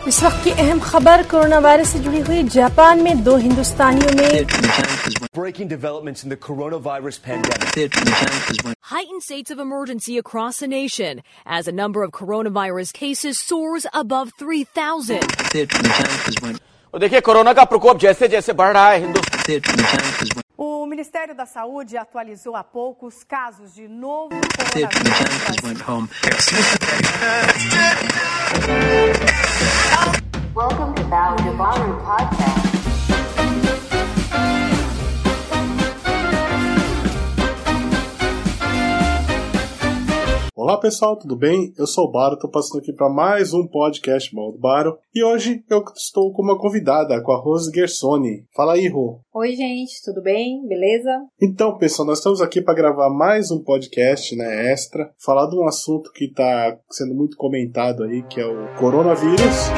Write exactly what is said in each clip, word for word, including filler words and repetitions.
इस वक्त की अहम खबर कोरोना वायरस से जुड़ी हुई। जापान में दो हिंदुस्तानियों में Breaking developments in the coronavirus pandemic. Heightened states of emergency across the nation as a number of coronavirus cases soars above three thousand. और देखिए कोरोना का प्रकोप जैसे जैसे बढ़ रहा है हिंदुस्तान. O Ministério da Saúde atualizou há pouco os casos de novo coronavírus. Welcome to Bao Dabaru Podcast. Olá pessoal, tudo bem? Eu sou o Baro, estou passando aqui para mais um podcast Mal do Baro. E hoje eu estou com uma convidada, com a Rose Gersoni. Fala aí, Rô. Oi gente, tudo bem? Beleza? Então pessoal, nós estamos aqui para gravar mais um podcast, né, extra. Falar de um assunto que está sendo muito comentado aí, que é o coronavírus.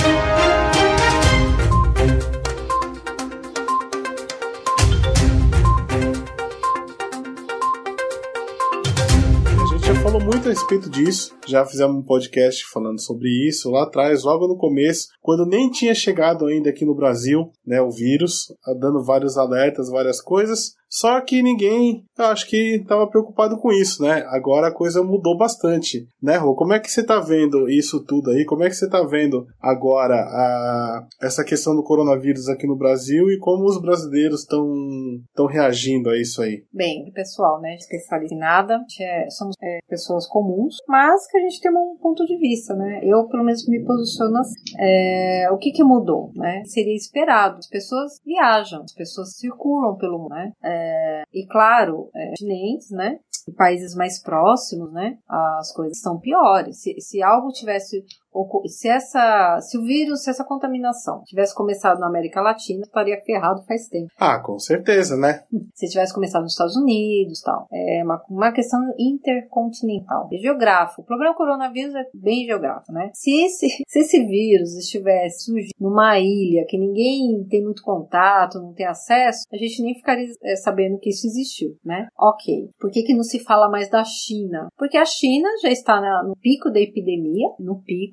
Falou muito a respeito disso, já fizemos um podcast falando sobre isso lá atrás, logo no começo, quando nem tinha chegado ainda aqui no Brasil, né, o vírus, dando vários alertas, várias coisas, só que ninguém, eu acho que estava preocupado com isso, né? Agora a coisa mudou bastante, né, Rô? Como é que você está vendo isso tudo aí? Como é que você está vendo agora a, essa questão do coronavírus aqui no Brasil e como os brasileiros estão estão reagindo a isso aí? Bem, pessoal, né, especialista em nada, é, somos é, pessoas comuns, mas que a gente tem um ponto de vista, né? Eu, pelo menos, me posiciono assim. É, o que que mudou, né? Seria esperado. As pessoas viajam, as pessoas circulam pelo mundo, né? É, e claro, é, continentes, né? Em países mais próximos, né? As coisas são piores. Se, se algo tivesse Se, essa, se o vírus, se essa contaminação tivesse começado na América Latina, estaria ferrado faz tempo. Ah, com certeza, né? Se tivesse começado nos Estados Unidos, tal. É uma, uma questão intercontinental. É geográfico. O problema do coronavírus é bem geográfico, né? Se esse, se esse vírus estivesse surgindo numa ilha que ninguém tem muito contato, não tem acesso, a gente nem ficaria é, sabendo que isso existiu, né? Ok. Por que que não se fala mais da China? Porque a China já está na, no pico da epidemia, no pico.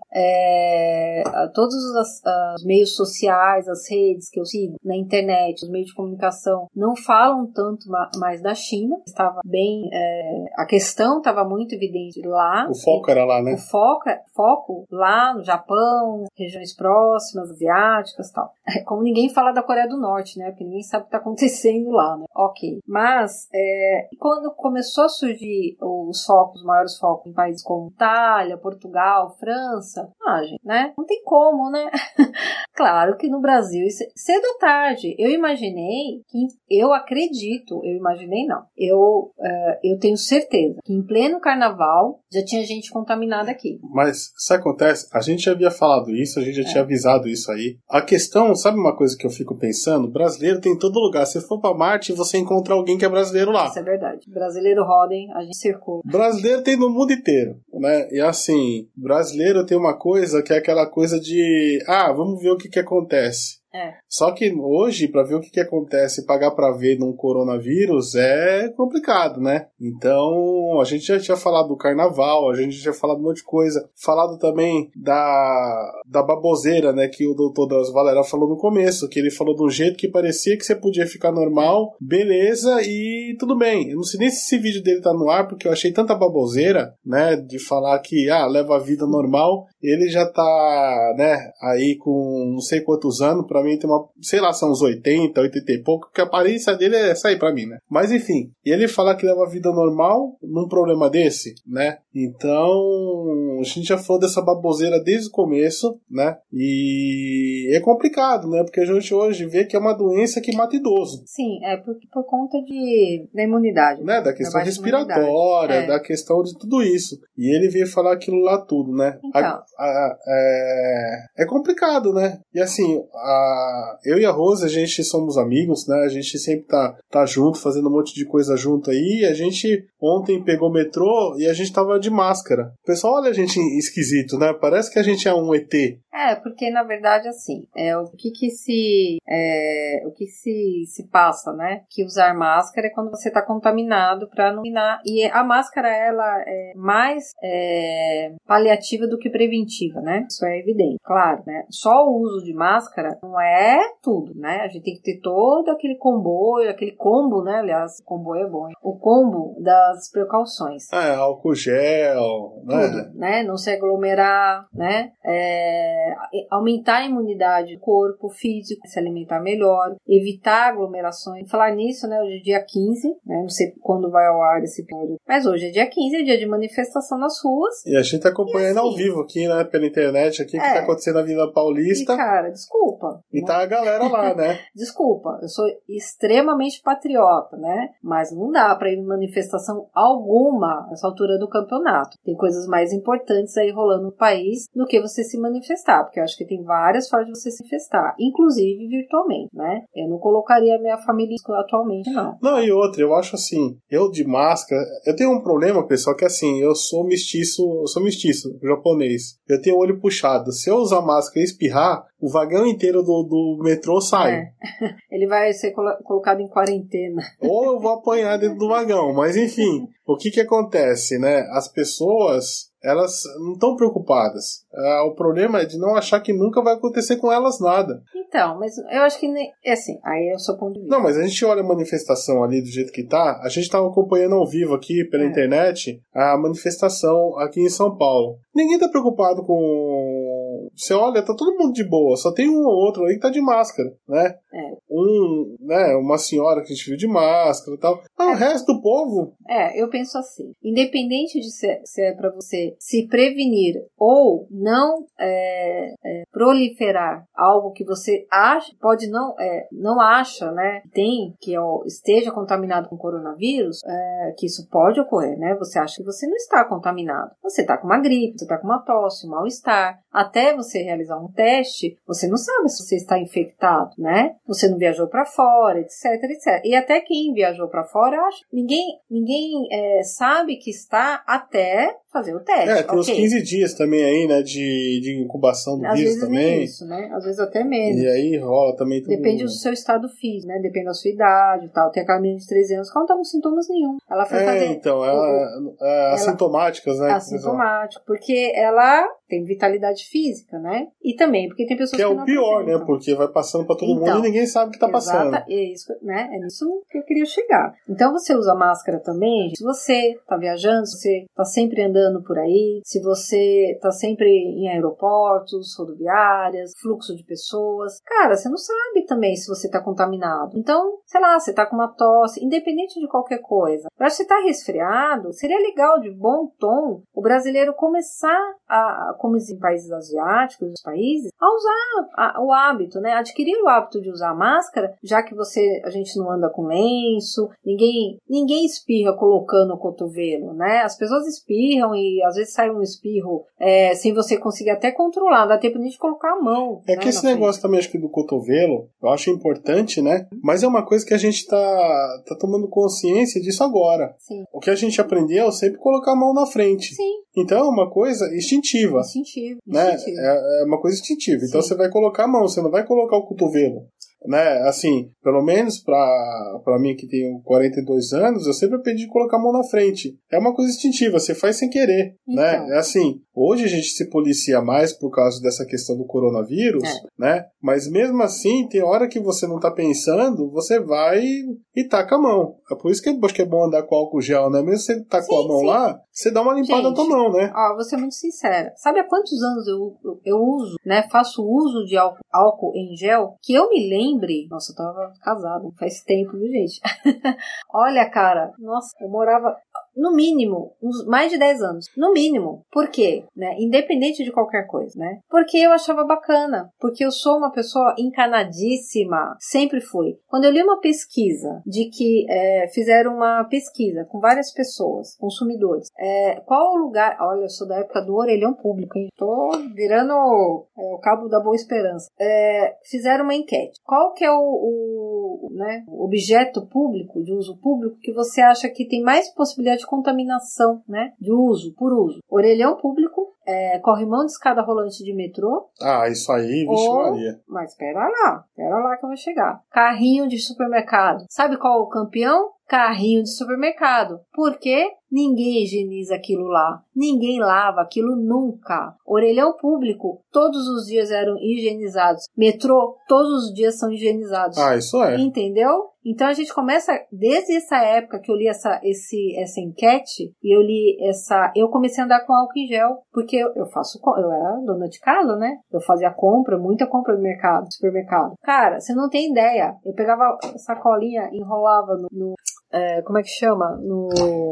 É, todos os, os meios sociais, as redes que eu sigo na internet, os meios de comunicação não falam tanto ma- mais da China. Estava bem, é, a questão estava muito evidente lá. O foco era lá, né? O foco, foco lá no Japão, regiões próximas, asiáticas e tal. Como ninguém fala da Coreia do Norte, né? Porque ninguém sabe o que está acontecendo lá, né? Ok. Mas é, quando começou a surgir os focos, os maiores focos em países como Itália, Portugal, França, ah, gente, né? Não tem como, né? Claro que no Brasil, cedo ou tarde, eu imaginei que, eu acredito, eu imaginei não, eu, uh, eu tenho certeza que em pleno carnaval já tinha gente contaminada aqui. Mas, isso acontece, a gente já havia falado isso, a gente já é. tinha avisado isso aí. A questão, sabe uma coisa que eu fico pensando? Brasileiro tem em todo lugar. Se for pra Marte, você encontra alguém que é brasileiro lá. Isso é verdade. Brasileiro rodem, a gente circula. Brasileiro tem no mundo inteiro, né? E assim, brasileiro tem uma coisa que é aquela coisa de ah, vamos ver o que que acontece. É. Só que hoje, para ver o que, que acontece, pagar para ver num coronavírus é complicado, né? Então, a gente já tinha falado do carnaval, a gente já tinha falado um monte de coisa. Falado também da, da baboseira, né? Que o doutor Das Valera falou no começo, que ele falou de um jeito que parecia que você podia ficar normal, beleza, e tudo bem. Eu não sei nem se esse vídeo dele tá no ar, porque eu achei tanta baboseira, né? De falar que, ah, leva a vida normal. Ele já tá, né, aí com não sei quantos anos, pra mim tem uma, sei lá, são uns oitenta, oitenta e pouco, que a aparência dele é essa aí pra mim, né? Mas enfim, e ele falar que leva a vida normal num problema desse, né? Então, a gente já falou dessa baboseira desde o começo, né? E é complicado, né? Porque a gente hoje vê que é uma doença que mata idoso. Sim, é por, por conta de, da imunidade. Né? Da questão da respiratória, é. Da questão de tudo isso. E ele veio falar aquilo lá tudo, né? Então. A, a, é, é complicado, né? E assim, a, eu e a Rose, a gente somos amigos, né? A gente sempre tá, tá junto, fazendo um monte de coisa junto aí. A gente ontem pegou o metrô e a gente tava de máscara. O pessoal olha a gente esquisito, né? Parece que a gente é um E T. É, porque na verdade assim, é, o que que se é, o que se, se passa, né? Que usar máscara é quando você está contaminado para não minar. E a máscara ela é mais é, paliativa do que preventiva, né? Isso é evidente, claro, né? Só o uso de máscara não é tudo, né? A gente tem que ter todo aquele comboio, aquele combo, né? Aliás, comboio é bom, hein? O combo das precauções. É, álcool gel, né? Tudo, né? Não se aglomerar, né? É, aumentar a imunidade do corpo físico, se alimentar melhor, evitar aglomerações. Falar nisso, né? Hoje é dia quinze, né? Não sei quando vai ao ar esse episódio, mas hoje é dia quinze, é dia de manifestação nas ruas. E a gente tá acompanhando assim, ao vivo aqui, né? Pela internet, aqui, o é, que tá acontecendo na Vila Paulista. E, cara, desculpa. E né? Tá a galera lá, né? Desculpa, eu sou extremamente patriota, né? Mas não dá pra ir em manifestação alguma nessa altura do campeonato. Tem coisas mais importantes aí rolando no país do que você se manifestar, porque eu acho que tem várias formas de você se manifestar, inclusive virtualmente, né? Eu não colocaria a minha família atualmente, não. Não, e outra, eu acho assim, eu de máscara, eu tenho um problema, pessoal, que assim, eu sou mestiço, eu sou mestiço, japonês. Eu tenho o olho puxado. Se eu usar máscara e espirrar, o vagão inteiro do, do metrô sai. É. Ele vai ser colo- colocado em quarentena. Ou eu vou apanhar dentro do vagão, mas enfim, o que que acontece, né? As pessoas, elas não estão preocupadas. Ah, o problema é de não achar que nunca vai acontecer com elas nada. Então, mas eu acho que, é assim, aí é o seu ponto de vista. Não, mas a gente olha a manifestação ali do jeito que tá, a gente tava acompanhando ao vivo aqui pela é. internet a manifestação aqui em São Paulo. Ninguém tá preocupado com... Você olha, tá todo mundo de boa, só tem um ou outro aí que tá de máscara, né? É. Um, né, uma senhora que a gente viu de máscara e tal. Ah, é. O resto do povo... É, eu penso assim, independente de ser, se é pra você se prevenir ou não é, é, proliferar algo que você acha, pode não, é, não acha, né, tem, que ó, esteja contaminado com coronavírus, é, que isso pode ocorrer, né? Você acha que você não está contaminado. Você tá com uma gripe, você tá com uma tosse, um mal-estar. Até você realizar um teste, você não sabe se você está infectado, né? Você não viajou para fora, etc, etcétera. E até quem viajou para fora, acho, ninguém, ninguém é, sabe que está até fazer o teste. É, tem okay. uns quinze dias também aí, né, de, de incubação do Às vírus vezes também. Nem isso, né? Às vezes até menos. E aí rola também tudo. Depende do seu estado físico, né? Depende da sua idade e tal. Tem aquela menina de treze anos que ela não tá com sintomas nenhum. Ela foi é, fazer... então, ela, é, assintomáticas, né? Assintomático, porque ela tem vitalidade física, né? E também porque tem pessoas que, que é não o pior, apresentam. né? Porque vai passando pra todo então, mundo e ninguém sabe o que tá exata, passando. É isso, né? É nisso que eu queria chegar. Então você usa máscara também, se você tá viajando, se você tá sempre andando por aí, se você tá sempre em aeroportos, rodoviárias, fluxo de pessoas, cara, você não sabe também se você tá contaminado. Então, sei lá, você tá com uma tosse, independente de qualquer coisa. Eu acho que você tá resfriado, seria legal, de bom tom, o brasileiro começar a, como em países asiáticos, os países, a usar a, o hábito, né? Adquirir o hábito de usar máscara, já que você, a gente não anda com lenço, ninguém, ninguém espirra colocando o cotovelo, né? As pessoas espirram e às vezes sai um espirro é, sem você conseguir até controlar, dá tempo nem de colocar a mão. É né, que esse negócio também, acho que do cotovelo, eu acho importante, né? Mas é uma coisa que a gente tá, tá tomando consciência disso agora. Sim. O que a gente aprendeu é sempre colocar a mão na frente. Sim. Então é uma coisa instintiva. Instintivo. Né? Instintivo. É, é uma coisa instintiva. Sim. Então você vai colocar a mão, você não vai colocar o cotovelo. Né? Assim, pelo menos pra, pra mim que tenho quarenta e dois anos, eu sempre aprendi a colocar a mão na frente. É uma coisa instintiva, você faz sem querer. Então. Né? É assim, hoje a gente se policia mais por causa dessa questão do coronavírus, é. né? Mas mesmo assim, tem hora que você não tá pensando, você vai e taca a mão. É por isso que eu acho que é bom andar com álcool gel, né? Mesmo você tá com a mão sim. lá, você dá uma limpada na tua mão, né? Ó, vou ser muito sincera. Sabe há quantos anos eu, eu, eu uso, né? Faço uso de álcool, álcool em gel? Que eu me lembre... Nossa, eu tava casada, faz tempo, viu, gente? Olha, cara, nossa, eu morava... No mínimo, uns mais de dez anos. No mínimo. Por quê? Né? Independente de qualquer coisa, né? Porque eu achava bacana. Porque eu sou uma pessoa encanadíssima. Sempre fui. Quando eu li uma pesquisa de que é, fizeram uma pesquisa com várias pessoas, consumidores. É, qual o lugar... Olha, eu sou da época do orelhão público, hein? Tô virando é, o cabo da Boa Esperança. É, fizeram uma enquete. Qual que é o, o, né, o objeto público, de uso público, que você acha que tem mais possibilidade de contaminação, né, de uso, por uso? Orelhão público é, corrimão de escada rolante de metrô. Ah, isso aí, vixe ou, Maria. Mas espera lá, espera lá que eu vou chegar. Carrinho de supermercado. Sabe qual é o campeão? Carrinho de supermercado. Por quê? Ninguém higieniza aquilo lá. Ninguém lava aquilo nunca. Orelhão público, todos os dias eram higienizados. Metrô, todos os dias são higienizados. Ah, isso é. Entendeu? Então a gente começa, desde essa época que eu li essa, esse, essa enquete, e eu li essa, eu comecei a andar com álcool em gel, porque eu, eu faço, eu era dona de casa, né? Eu fazia compra, muita compra no mercado, supermercado. Cara, você não tem ideia. Eu pegava sacolinha, enrolava no, no é, como é que chama? No,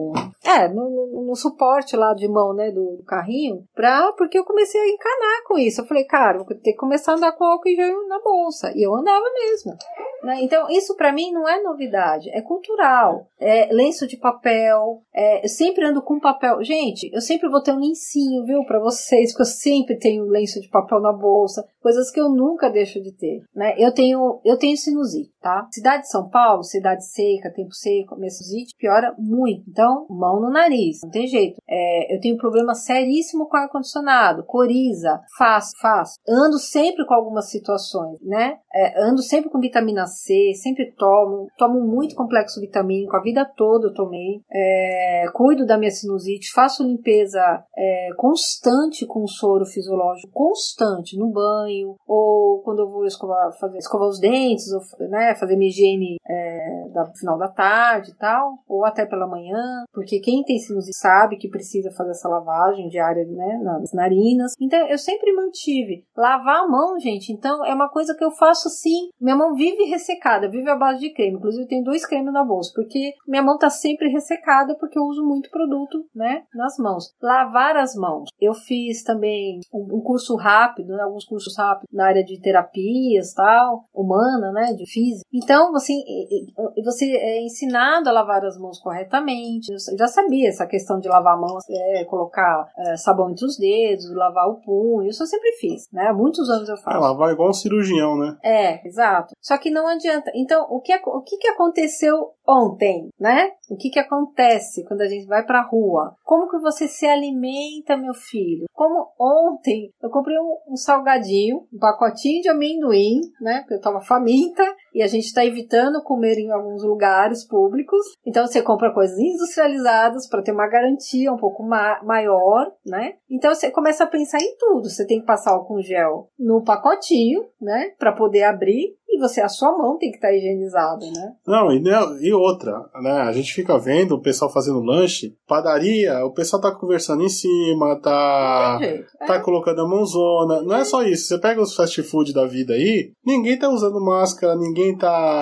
é, no, no, no suporte lá de mão, né, do, do carrinho, pra, porque eu comecei a encanar com isso. Eu falei, cara, vou ter que começar a andar com álcool em gel na bolsa. E eu andava mesmo. Né? Então, isso pra mim não é novidade, é cultural. É lenço de papel, é, eu sempre ando com papel. Gente, eu sempre vou ter um lencinho, viu, pra vocês, que eu sempre tenho lenço de papel na bolsa, coisas que eu nunca deixo de ter. Né? Eu tenho, eu tenho sinusite, tá? Cidade de São Paulo, cidade seca, tempo seco, minha sinusite piora muito. Então, mão no nariz, não tem jeito. É, eu tenho um problema seríssimo com ar-condicionado, coriza, faço, faço. Ando sempre com algumas situações, né? É, ando sempre com vitamina C, sempre tomo, tomo muito complexo vitamínico, a vida toda eu tomei, é, cuido da minha sinusite, faço limpeza é, constante com soro fisiológico, constante, no banho, ou quando eu vou escovar, fazer, escovar os dentes, ou, né, fazer minha higiene é, no final da tarde e tal, ou até pela manhã, porque quem tem sinusite sabe que precisa fazer essa lavagem diária, né, nas narinas. Então eu sempre mantive. Lavar a mão, gente, então é uma coisa que eu faço assim, minha mão vive ressecada, vive à base de creme, inclusive eu tenho dois cremes na bolsa, porque minha mão tá sempre ressecada, porque eu uso muito produto, né, nas mãos. Lavar as mãos. Eu fiz também um, um curso rápido, né, alguns cursos rápidos na área de terapias, tal, humana, né, de física. Então, você, você é ensinado a lavar as mãos corretamente. Eu já sabia essa questão de lavar a mão, é, colocar é, sabão entre os dedos, lavar o punho, isso eu sempre fiz, né, há muitos anos eu faço. É, lavar igual um cirurgião, né? É, exato. Só que não adianta. Então, o que, o que, que aconteceu ontem, né? O que, que acontece quando a gente vai pra rua? Como que você se alimenta, meu filho? Como ontem eu comprei um, um salgadinho, um pacotinho de amendoim, né? Porque eu tava faminta e a gente tá evitando comer em alguns lugares públicos. Então você compra coisas industrializadas para ter uma garantia um pouco ma- maior, né? Então você começa a pensar em tudo. Você tem que passar álcool gel no pacotinho, né? Para poder abrir. E você, a sua mão tem que estar higienizada, né? Não, e, e outra, né? A gente fica vendo o pessoal fazendo lanche, padaria, o pessoal tá conversando em cima, tá, tá é. colocando a mãozona. Não é só isso. Você pega os fast food da vida aí, ninguém tá usando máscara, ninguém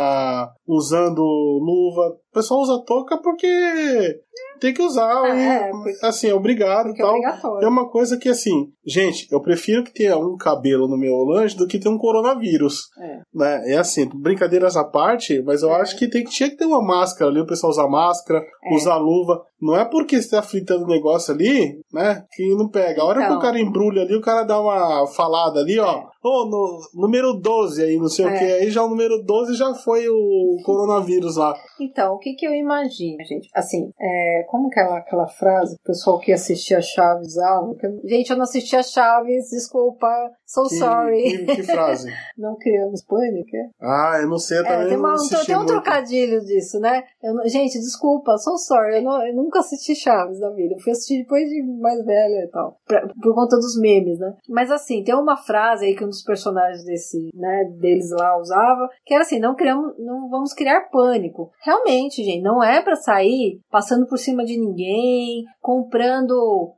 tá usando luva. O pessoal usa touca porque tem que usar, ah, e, é, porque, assim, é obrigado e tal. É, é uma coisa que, assim, gente, eu prefiro que tenha um cabelo no meu lanche do que ter um coronavírus. É. Né? É assim, brincadeiras à parte, mas eu é. acho que, tem, tinha que ter uma máscara ali, o pessoal usar máscara, é. usar luva. Não é porque você tá fritando o negócio ali, né, que não pega. A hora então, que o cara embrulha ali, o cara dá uma falada ali, ó. Ô, oh, no, número doze aí, não sei é. o que. Aí já o número doze já foi o coronavírus lá. Então, o que que eu imagino, gente? Assim, é, como que é aquela frase que o pessoal que assistia Chaves usava? Gente, eu não assisti a Chaves, desculpa, so que, sorry. Que, que frase? Não criamos pânico, é? Ah, eu não sei, eu também é, tem uma, não assisti Tem um muito. trocadilho disso, né? Eu, gente, desculpa, so sorry, eu, não, eu nunca assisti Chaves na vida. Eu fui assistir depois de mais velha e tal, pra, por conta dos memes, né? Mas assim, tem uma frase aí que um dos personagens desse, né, deles lá usava, que era assim, não criamos, não vamos criar pânico. Realmente, gente, não é pra sair passando por cima de ninguém, comprando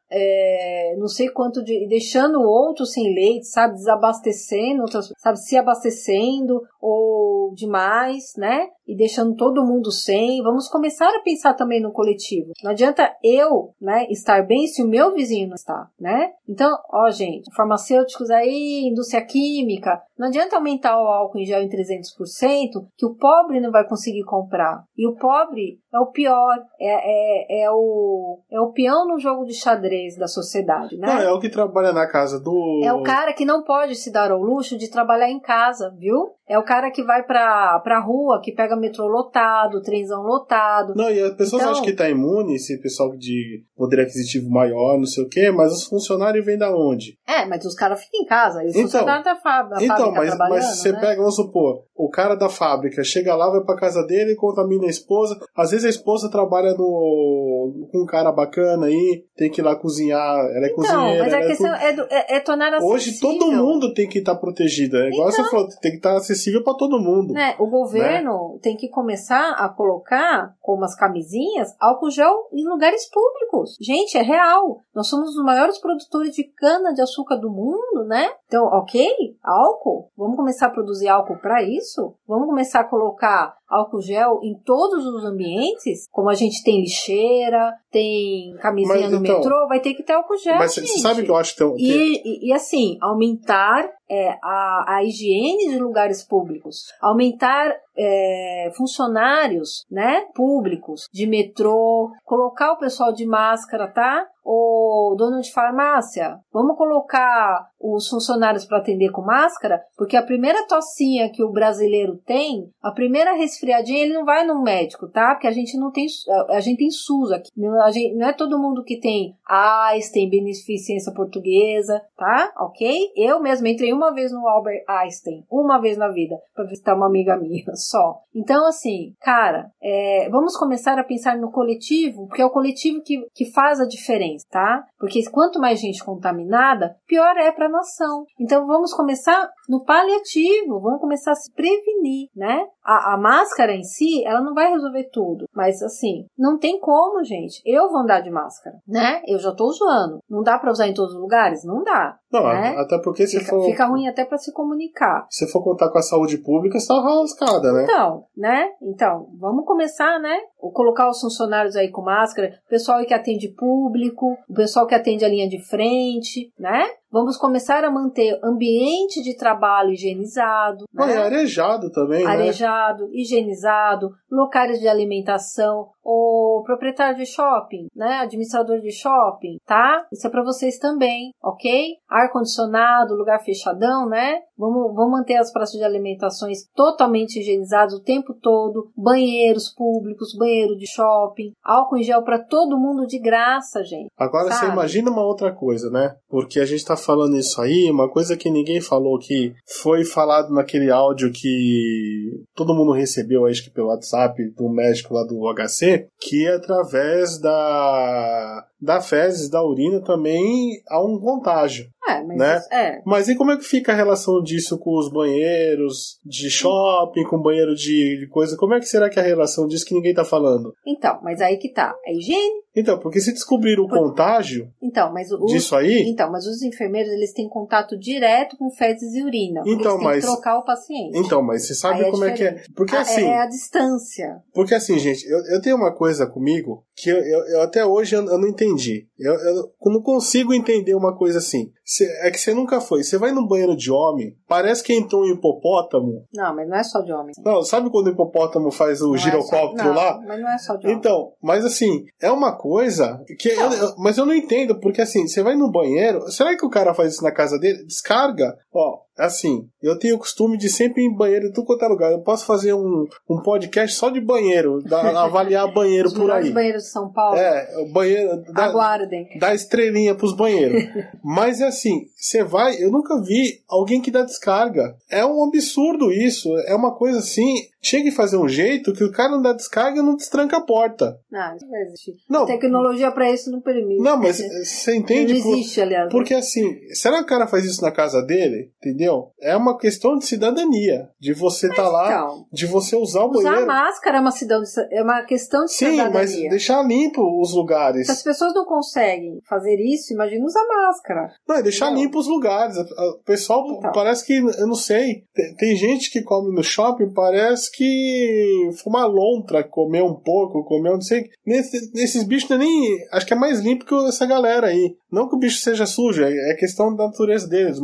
é, não sei quanto de, deixando o outro sem leite, sabe, desabastecendo, sabe, se abastecendo ou demais, né, e deixando todo mundo sem. Vamos começar a pensar também no coletivo. Não adianta eu, né, estar bem se o meu vizinho não está, né? Então, ó, gente, farmacêuticos aí, indústria química, Não adianta aumentar o álcool em gel em trezentos por cento, que o pobre não vai conseguir comprar. E o pobre é o pior, é, é, é, o, é o peão no jogo de xadrez da sociedade, né? Não, é o que trabalha na casa do... É o cara que não pode se dar ao luxo de trabalhar em casa, viu? É o cara que vai pra, pra rua, que pega metrô lotado, trenzão lotado. Não, e as pessoas então... acham que tá imune, esse pessoal de poder aquisitivo maior, não sei o quê, mas os funcionários vêm da onde? É, mas os caras ficam em casa, os então, funcionários da fábrica, então, fábrica mas, trabalhando, mas você né? pega, vamos supor, o cara da fábrica chega lá, vai pra casa dele, contamina a esposa, às vezes a esposa trabalha no, com um cara bacana aí, tem que ir lá cozinhar, ela é então, cozinheira. Mas a ela questão é, é, do, é, é tornar acessível. Hoje todo mundo tem que estar protegido, é igual então, você falou, tem que estar acessível pra todo mundo. Né? O governo né? tem que começar a colocar, como as camisinhas, álcool gel em lugares públicos. Gente, é real. Nós somos os maiores produtores de cana-de-açúcar do mundo, né? Então, ok, álcool. Vamos começar a produzir álcool para isso? Vamos começar a colocar álcool gel em todos os ambientes? Como a gente tem lixeira, tem camisinha mas, no então, metrô, vai ter que ter álcool gel, mas gente. Você sabe que eu acho que tem... E, e, e assim, aumentar é, a, a higiene de lugares públicos. Aumentar é, funcionários, né, públicos de metrô, colocar o pessoal de máscara, tá? O dono de farmácia, vamos colocar os funcionários para atender com máscara, porque a primeira tossinha que o brasileiro tem, a primeira resfriadinha, ele não vai no médico, tá? Porque a gente não tem, a gente tem SUS aqui, a gente, não é todo mundo que tem A I S, tem beneficência portuguesa, tá? Ok? Eu mesma entrei uma vez no Albert Einstein, uma vez na vida, para visitar uma amiga minha, só. Então, assim, cara, é, vamos começar a pensar no coletivo, porque é o coletivo que, que faz a diferença. Tá? Porque quanto mais gente contaminada, pior é para a nação. Então vamos começar no paliativo, vamos começar a se prevenir, né? A, a máscara em si, ela não vai resolver tudo, mas assim, não tem como, gente. Eu vou andar de máscara, né? Eu já tô usando. Não dá para usar em todos os lugares? Não dá. Não, né? Até porque se fica, for... Fica ruim até para se comunicar. Se for contar com a saúde pública, você tá rascada, né? Então, né? Então, vamos começar, né? Colocar os funcionários aí com máscara, o pessoal que atende público, o pessoal que atende a linha de frente, né? Vamos começar a manter ambiente de trabalho higienizado. Não, né? E arejado também, Arejado, né? higienizado, locais de alimentação, o proprietário de shopping, né? Administrador de shopping, tá? Isso é para vocês também, ok? Ar-condicionado, lugar fechadão, né? Vamos, vamos manter as praças de alimentações totalmente higienizadas o tempo todo, banheiros públicos, banheiro de shopping, álcool em gel para todo mundo de graça, gente. Agora sabe? Você imagina uma outra coisa, né? Porque a gente tá falando isso aí, uma coisa que ninguém falou, que foi falado naquele áudio que todo mundo recebeu, acho que pelo WhatsApp do médico lá do H C, que através da, da fezes, da urina também há um contágio. É, mas, né? é. Mas e como é que fica a relação disso com os banheiros de shopping, com banheiro de, de coisa? Como é que será que é a relação disso que ninguém tá falando? Então, mas aí que tá. É higiene. Então, porque se descobrir o Por... contágio então, mas o, disso aí... Então, mas os enfermeiros, eles têm contato direto com fezes e urina. Então, eles mas... têm que trocar o paciente. Então, mas você sabe aí como é é que é... Porque ah, assim... É a distância. Porque assim, gente, eu, eu tenho uma coisa comigo que eu, eu, eu até hoje eu, eu não entendi. Eu, eu não consigo entender uma coisa assim. Cê, é que você nunca foi. Você vai num banheiro de homem, parece que entrou um hipopótamo. Não, mas não é só de homem. Não, sabe quando o hipopótamo faz o não girocóptero é só, não, lá? Mas não é só de homem. Então, mas assim, é uma coisa que eu, eu, mas eu não entendo, porque assim, você vai no banheiro, será que o cara faz isso na casa dele? Descarga, ó, assim, eu tenho o costume de sempre ir em banheiro em tudo quanto é lugar. Eu posso fazer um, um podcast só de banheiro, da, avaliar banheiro Os por aí. Os banheiros de São Paulo. É, o banheiro da, Aguardem. Dá estrelinha pros banheiros. Mas é assim, você vai, eu nunca vi alguém que dá descarga. É um absurdo isso, é uma coisa assim, chega e fazer um jeito que o cara não dá descarga e não destranca a porta. Não, isso não existe. Não, a tecnologia pra isso não permite. Não, mas você entende? Não existe, por, aliás. Porque assim, será que o cara faz isso na casa dele? Entendeu? É uma questão de cidadania. De você estar tá lá, então, de você usar o usar banheiro. Usar máscara é uma, cidadania, é uma questão de Sim, cidadania. mas deixar limpo os lugares. Se as pessoas não conseguem fazer isso, imagina usar máscara. Não, é deixar não. limpo os lugares. O pessoal então. parece que, eu não sei, tem, tem gente que come no shopping, parece que fuma lontra, comer um pouco, comer não sei. Nesse, nesses bichos não é nem. Acho que é mais limpo que essa galera aí. Não que o bicho seja sujo, é, é questão da natureza deles, mas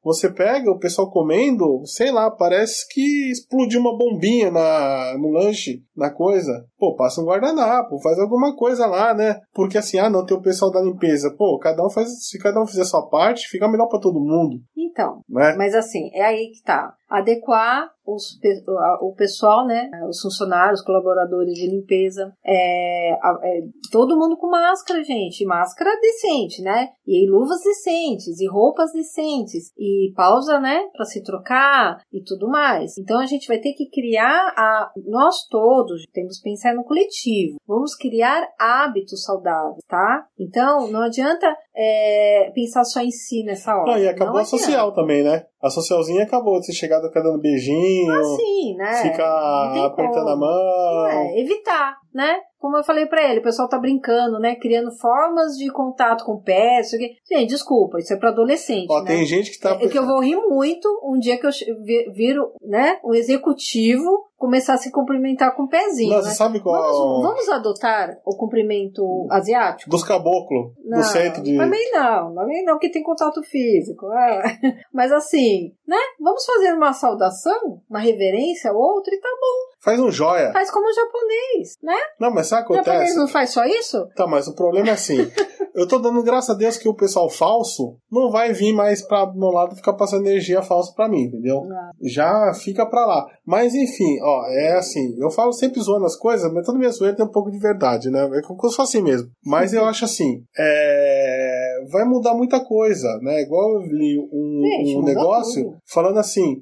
Você pega o pessoal comendo, sei lá, parece que explodiu uma bombinha na, no lanche, na coisa. Pô, passa um guardanapo, faz alguma coisa lá, né? Porque assim, ah, não, tem o pessoal da limpeza. Pô, cada um faz, se cada um fizer a sua parte, fica melhor pra todo mundo. Então, né? Mas assim, é aí que tá. Adequar os, o pessoal, né? Os funcionários, colaboradores de limpeza, é, é, todo mundo com máscara, gente. Máscara decente, né? E luvas decentes, e roupas decentes, e pausa, né? Pra se trocar e tudo mais. Então a gente vai ter que criar, a, nós todos temos que pensar no coletivo. Vamos criar hábitos saudáveis, tá? Então não adianta é, pensar só em si nessa hora. Não, e acabou não a social também, né? A socialzinha acabou de você chegar, ficar dando beijinho, ah, sim, né? ficar apertando como. a mão. É, evitar, né? Como eu falei pra ele, o pessoal tá brincando, né? Criando formas de contato com pés. Gente, desculpa, isso é pra adolescente. Ó, né? tem gente que tá. É que eu vou rir muito um dia que eu viro, né? Um executivo começar a se cumprimentar com o pezinho. Nossa, né? sabe qual? Vamos, vamos adotar o cumprimento asiático? Dos caboclos, não, no centro de. Também não, também não, que tem contato físico. É. Mas assim, né? Vamos fazer uma saudação, uma reverência ou outra e tá bom. Faz um joia. Faz como o japonês, né? Não, mas sabe o que acontece? O acontece? japonês não faz só isso? Tá, mas o problema é assim. Eu tô dando graças a Deus que o pessoal falso não vai vir mais pra meu lado ficar passando energia falsa pra mim, entendeu? Não. Já fica pra lá. Mas enfim, ó, é assim, eu falo sempre zoando as coisas, mas toda minha zoeira tem um pouco de verdade, né? É como se fosse assim mesmo. Mas eu acho assim, é... vai mudar muita coisa, né? Igual eu li um, Gente, um negócio tudo. falando assim,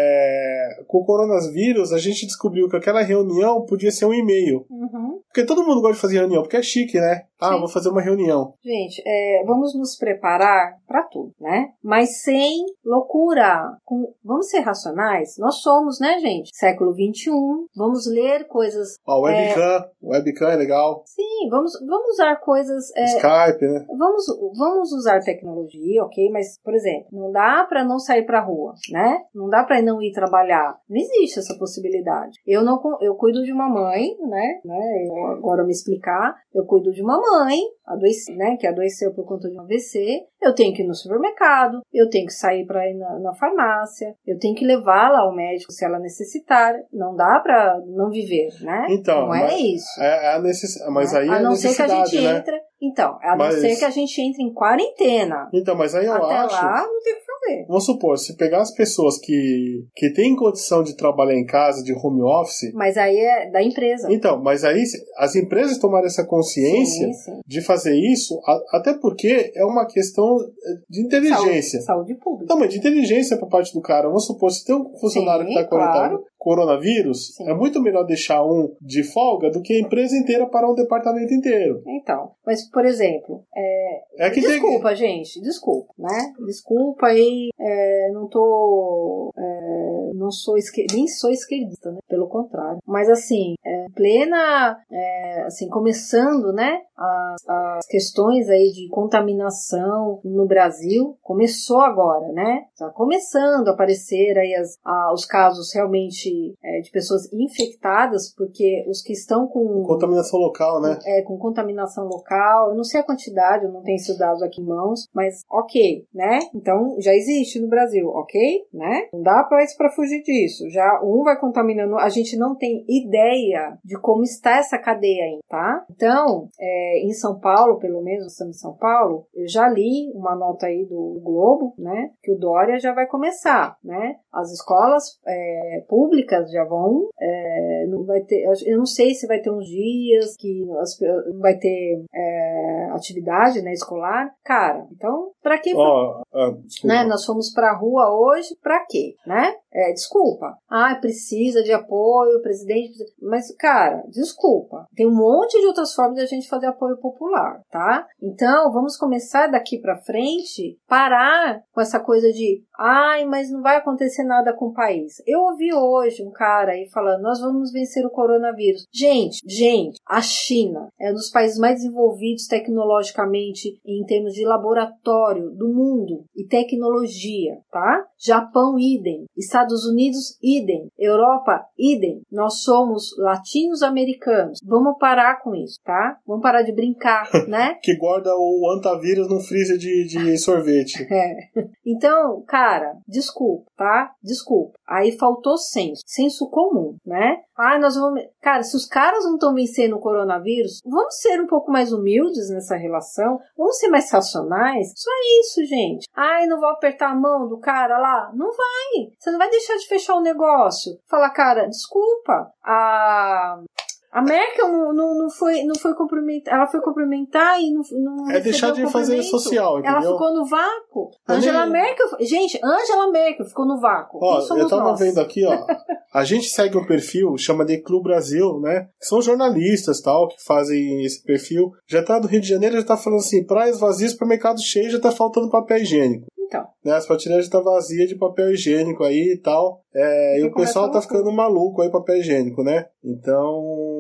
é... com o coronavírus a gente descobriu que aquela reunião podia ser um e-mail. Uhum. Porque todo mundo gosta de fazer reunião, porque é chique, né? Ah, Sim. vou fazer uma reunião. Gente, é, vamos nos preparar para tudo, né? Mas sem loucura. Com, vamos ser racionais? Nós somos, né, gente? Século vinte e um. Vamos ler coisas... Ó, webcam. É, webcam é legal. Sim, vamos, vamos usar coisas... É, Skype, né? Vamos, vamos usar tecnologia, ok? Mas, por exemplo, não dá para não sair pra rua, né? Não dá para não ir trabalhar. Não existe essa possibilidade. Eu não eu cuido de uma mãe, né? né? Eu, agora me explicar. Eu cuido de uma mãe, adoece, né? Que adoeceu por conta de um A V C. Eu tenho que ir no supermercado. Eu tenho que sair para ir na, na farmácia. Eu tenho que levá-la ao médico se ela necessitar. Não dá para não viver, né? Então, não é isso. É, é a necess... Mas né? aí é a não a ser que a gente né? entre... Então, a mas... não ser que a gente entre em quarentena. Então, mas aí eu Até acho... lá, não tem o que fazer. Vamos supor, se pegar as pessoas que, que têm condição de trabalhar em casa, de home office... Mas aí é da empresa. Então, mas aí as empresas tomaram essa consciência sim, sim. de fazer isso, até porque é uma questão de inteligência. Saúde, saúde pública. Não, mas de inteligência por parte do cara. Vamos supor, se tem um funcionário sim, que está claro. com coronavírus, sim. é muito melhor deixar um de folga do que a empresa inteira parar um departamento inteiro. Então, mas, por exemplo, é... É que desculpa, tem... gente, desculpa, né? Desculpa aí, é, não tô... É, não sou esquer... nem sou esquerdista, né? Pelo contrário. Mas, assim, é, plena... É, assim, começando, né? As, as questões aí de contaminação no Brasil, começou agora, né? Tá começando a aparecer aí as, a, os casos realmente é, de pessoas infectadas, porque os que estão com... Contaminação local, né? É, com contaminação local, eu não sei a quantidade, eu não tenho esses dados aqui em mãos, mas ok, né? Então, já existe no Brasil, ok? Né? Não dá pra, pra fugir disso. Já um vai contaminando, a gente não tem ideia de como está essa cadeia aí, tá? Então, é, em São Paulo, pelo menos, estamos em São Paulo, eu já li uma nota aí do Globo, né? Que o Dória já vai começar, né? As escolas é, públicas já vão, é, não vai ter, eu não sei se vai ter uns dias que as, não vai ter é, atividade, né, escolar. Cara, então, pra que... Oh, uh, né, nós fomos pra rua hoje, pra quê, né? É, desculpa. Ah, precisa de apoio, o presidente... Mas, cara, desculpa. Tem um monte de outras formas de a gente fazer apoio popular, tá? Então, vamos começar daqui pra frente, parar com essa coisa de ai, mas não vai acontecer nada com o país. Eu ouvi hoje um cara aí falando, nós vamos vencer o coronavírus. Gente, gente, a China é um dos países mais desenvolvidos tecnologicamente em termos de laboratório do mundo e tecnologia, tá? Japão, idem. Estados Estados Unidos, idem. Europa, idem. Nós somos latinos-americanos. Vamos parar com isso, tá? Vamos parar de brincar, né? Que guarda o antavírus no freezer de, de sorvete. É. Então, cara, desculpa, tá? Desculpa. Aí faltou senso. Senso comum, né? Ah, nós vamos... Cara, se os caras não estão vencendo o coronavírus, vamos ser um pouco mais humildes nessa relação, vamos ser mais racionais. Só isso, gente. Ai, não vou apertar a mão do cara lá. Não vai. Você não vai deixar de fechar o negócio. Falar, cara, desculpa, a... A Merkel não, não, não, foi, não foi cumprimentar, ela foi cumprimentar e não, não é deixar de fazer social, entendeu? Ela ficou no vácuo. Angela nem... Merkel, gente, Angela Merkel ficou no vácuo. Ó, eu tava nós? vendo aqui, ó, a gente segue um perfil, chama de Clube Brasil, né? São jornalistas, tal, que fazem esse perfil. Já tá do Rio de Janeiro, já tá falando assim, praias vazias, supermercado cheio, já tá faltando papel higiênico. Então. Né, as prateleiras já tá vazia de papel higiênico aí e tal. É, e o pessoal tá ficando maluco aí, papel higiênico, né? Então,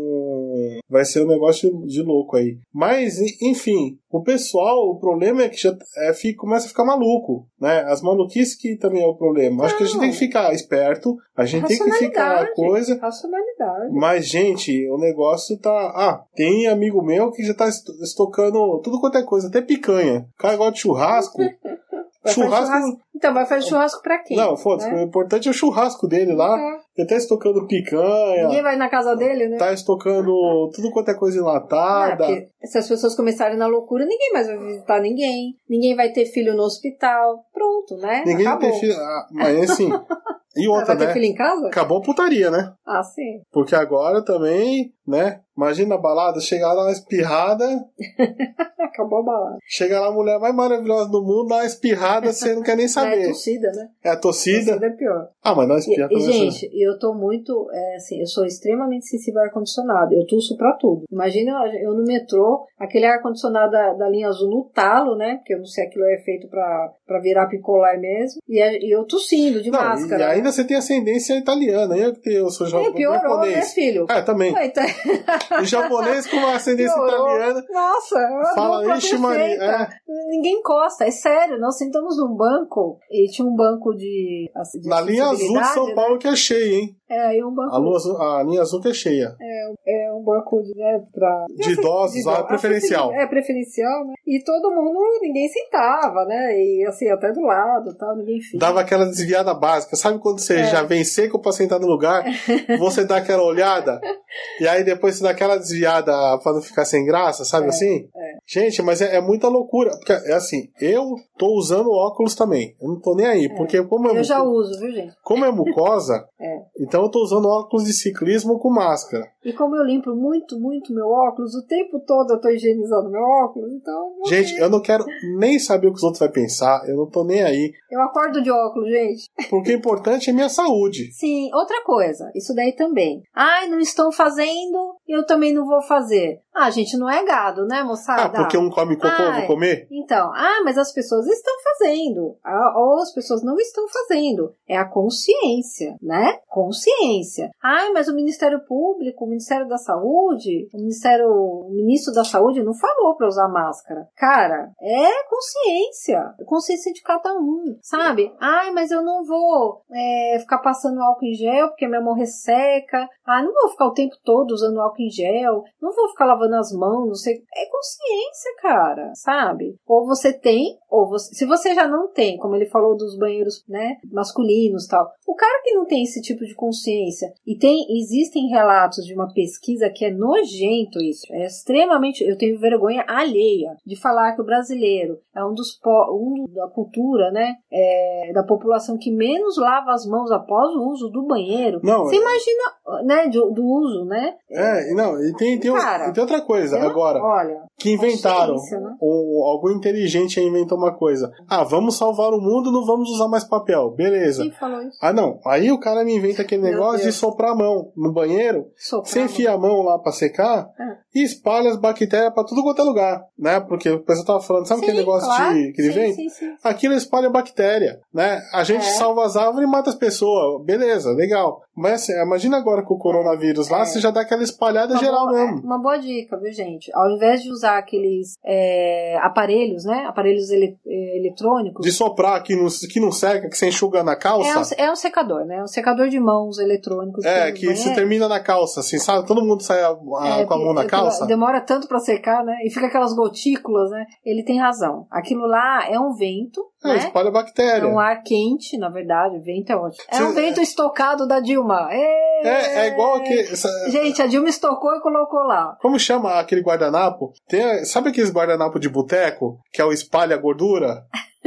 vai ser um negócio de louco aí. Mas, enfim, o pessoal, o problema é que já é, fica, começa a ficar maluco, né? As maluquices que também é o problema. Não. Acho que a gente tem que ficar esperto, a gente tem que ficar coisa... Racionalidade. Mas, gente, o negócio tá... Ah, tem amigo meu que já tá estocando tudo quanto é coisa, até picanha. O cara gosta de churrasco... Churrasco... churrasco... Então, vai fazer churrasco pra quem? Não, foda-se, né? O importante é o churrasco dele lá. Uhum. Ele tá estocando picanha. Ninguém vai na casa dele, né? Tá estocando tudo quanto é coisa enlatada. É, se as pessoas começarem na loucura, ninguém mais vai visitar ninguém. Ninguém vai ter filho no hospital. Pronto, né? Ninguém Acabou. vai ter filho... Ah, mas assim... E outra, vai ter né? filho em casa? Acabou a putaria, né? Ah, sim. Porque agora também, né? Imagina a balada, chegar lá uma espirrada. Acabou a balada. Chega lá a mulher mais maravilhosa do mundo, dá uma espirrada, você não quer nem saber. É a torcida, né? É a torcida. A torcida é pior. Ah, mas não, espirra E, e gente, eu tô muito, é, assim, eu sou extremamente sensível ao ar-condicionado. Eu tuço pra tudo. Imagina eu no metrô, aquele ar-condicionado da, da linha azul no talo, né? Porque eu não sei se aquilo é feito pra, pra virar picolé mesmo. E, e eu tossindo de não, máscara. E ainda você tem ascendência italiana. Eu, eu sou japonês. É, piorou, japonês. Né, filho? É, também. Ué, então... E japonês com uma ascendência piorou. Italiana. Nossa, fala, ixi, Maria. É. Ninguém encosta, é sério. Nós sentamos num banco e tinha um banco de, de na linha azul de São Paulo, né? Que é cheia, hein? É, e um banco. A, azul, a linha azul que é cheia. É, é um banco de, né, pra... de idosos, de, ah, preferencial. É, preferencial, né? E todo mundo, ninguém sentava, né? E assim, até do lado, tal, ninguém fica. Dava aquela desviada básica. Sabe quando você é. já vem seco pra sentar no lugar? Você dá aquela olhada e aí depois você dá aquela desviada pra não ficar sem graça, sabe é, assim? É. Gente, mas é, é muita loucura. Porque é assim, eu tô usando óculos também. Eu não tô nem aí. É. Porque como eu é já muco... uso, viu, gente? Como é mucosa, é. então eu tô usando óculos de ciclismo com máscara. E como eu limpo muito, muito meu óculos, o tempo todo eu tô higienizando meu óculos, então... Gente, eu não quero nem saber o que os outros vão pensar, eu não tô nem aí. Eu acordo de óculos, gente. Porque o importante é minha saúde. Sim, outra coisa, isso daí também. Ai, não estão fazendo, eu também não vou fazer. Ah, gente, não é gado, né, moçada? Ah, porque um come cocô, eu vou comer? Então, ah, mas as pessoas estão fazendo. Ou as pessoas não estão fazendo. É a consciência, né? Consciência. Ai, mas o Ministério Público, o Ministério da Saúde, o Ministério, o Ministro da Saúde não falou pra usar máscara. Cara, é consciência. Consciência de cada um, sabe? Ai, mas eu não vou é, ficar passando álcool em gel porque minha mão resseca. Ah, não vou ficar o tempo todo usando álcool em gel. Não vou ficar lavando as mãos, não sei. É consciência, cara, sabe? Ou você tem, ou você... Se você já não tem, como ele falou dos banheiros, né, masculinos e tal. O cara que não tem esse tipo de consciência, e tem, existem relatos de uma pesquisa que é nojento isso, é extremamente, eu tenho vergonha alheia de falar que o brasileiro é um dos, um da cultura, né, é, da população que menos lava as mãos após o uso do banheiro. Não, você é... imagina, né, do, do uso, né? É, não, e tem, tem, cara, tem outra coisa, eu, agora, olha, que inventaram, né? um, algum inteligente inventou uma coisa, ah, vamos salvar o mundo, não vamos usar mais papel, beleza. Quem falou isso? Ah, não, aí o cara me inventa aquele negócio de soprar a mão no banheiro, soprar você enfia a mão lá pra secar ah. e espalha as bactérias pra tudo quanto é lugar, né, porque o pessoal tava falando, sabe sim, aquele negócio claro. de, que ele sim, vem? Sim, sim. Aquilo espalha bactéria, né, a gente é. salva as árvores e mata as pessoas, beleza, legal, mas assim, imagina agora com o coronavírus é. lá, você já dá aquela espalhada espalhada uma geral boa, mesmo. É, uma boa dica, viu, gente? Ao invés de usar aqueles é, aparelhos, né? Aparelhos ele, eletrônicos. De soprar que não, que não seca, que você enxuga na calça. É um, é um secador, né? Um secador de mãos eletrônicos. É, que você termina na calça, assim, sabe? Todo mundo sai a, a, é, com a mão na calça. Demora tanto pra secar, né? E fica aquelas gotículas, né? Ele tem razão. Aquilo lá é um vento. É, né? espalha bactéria. É um ar quente, na verdade. O vento é ótimo. É Cê, um vento é... estocado da Dilma. É, é, é igual que... Essa... Gente, a Dilma estocou e colocou lá. Como chama aquele guardanapo? Tem, sabe aqueles guardanapo de boteco? Que é o espalha gordura?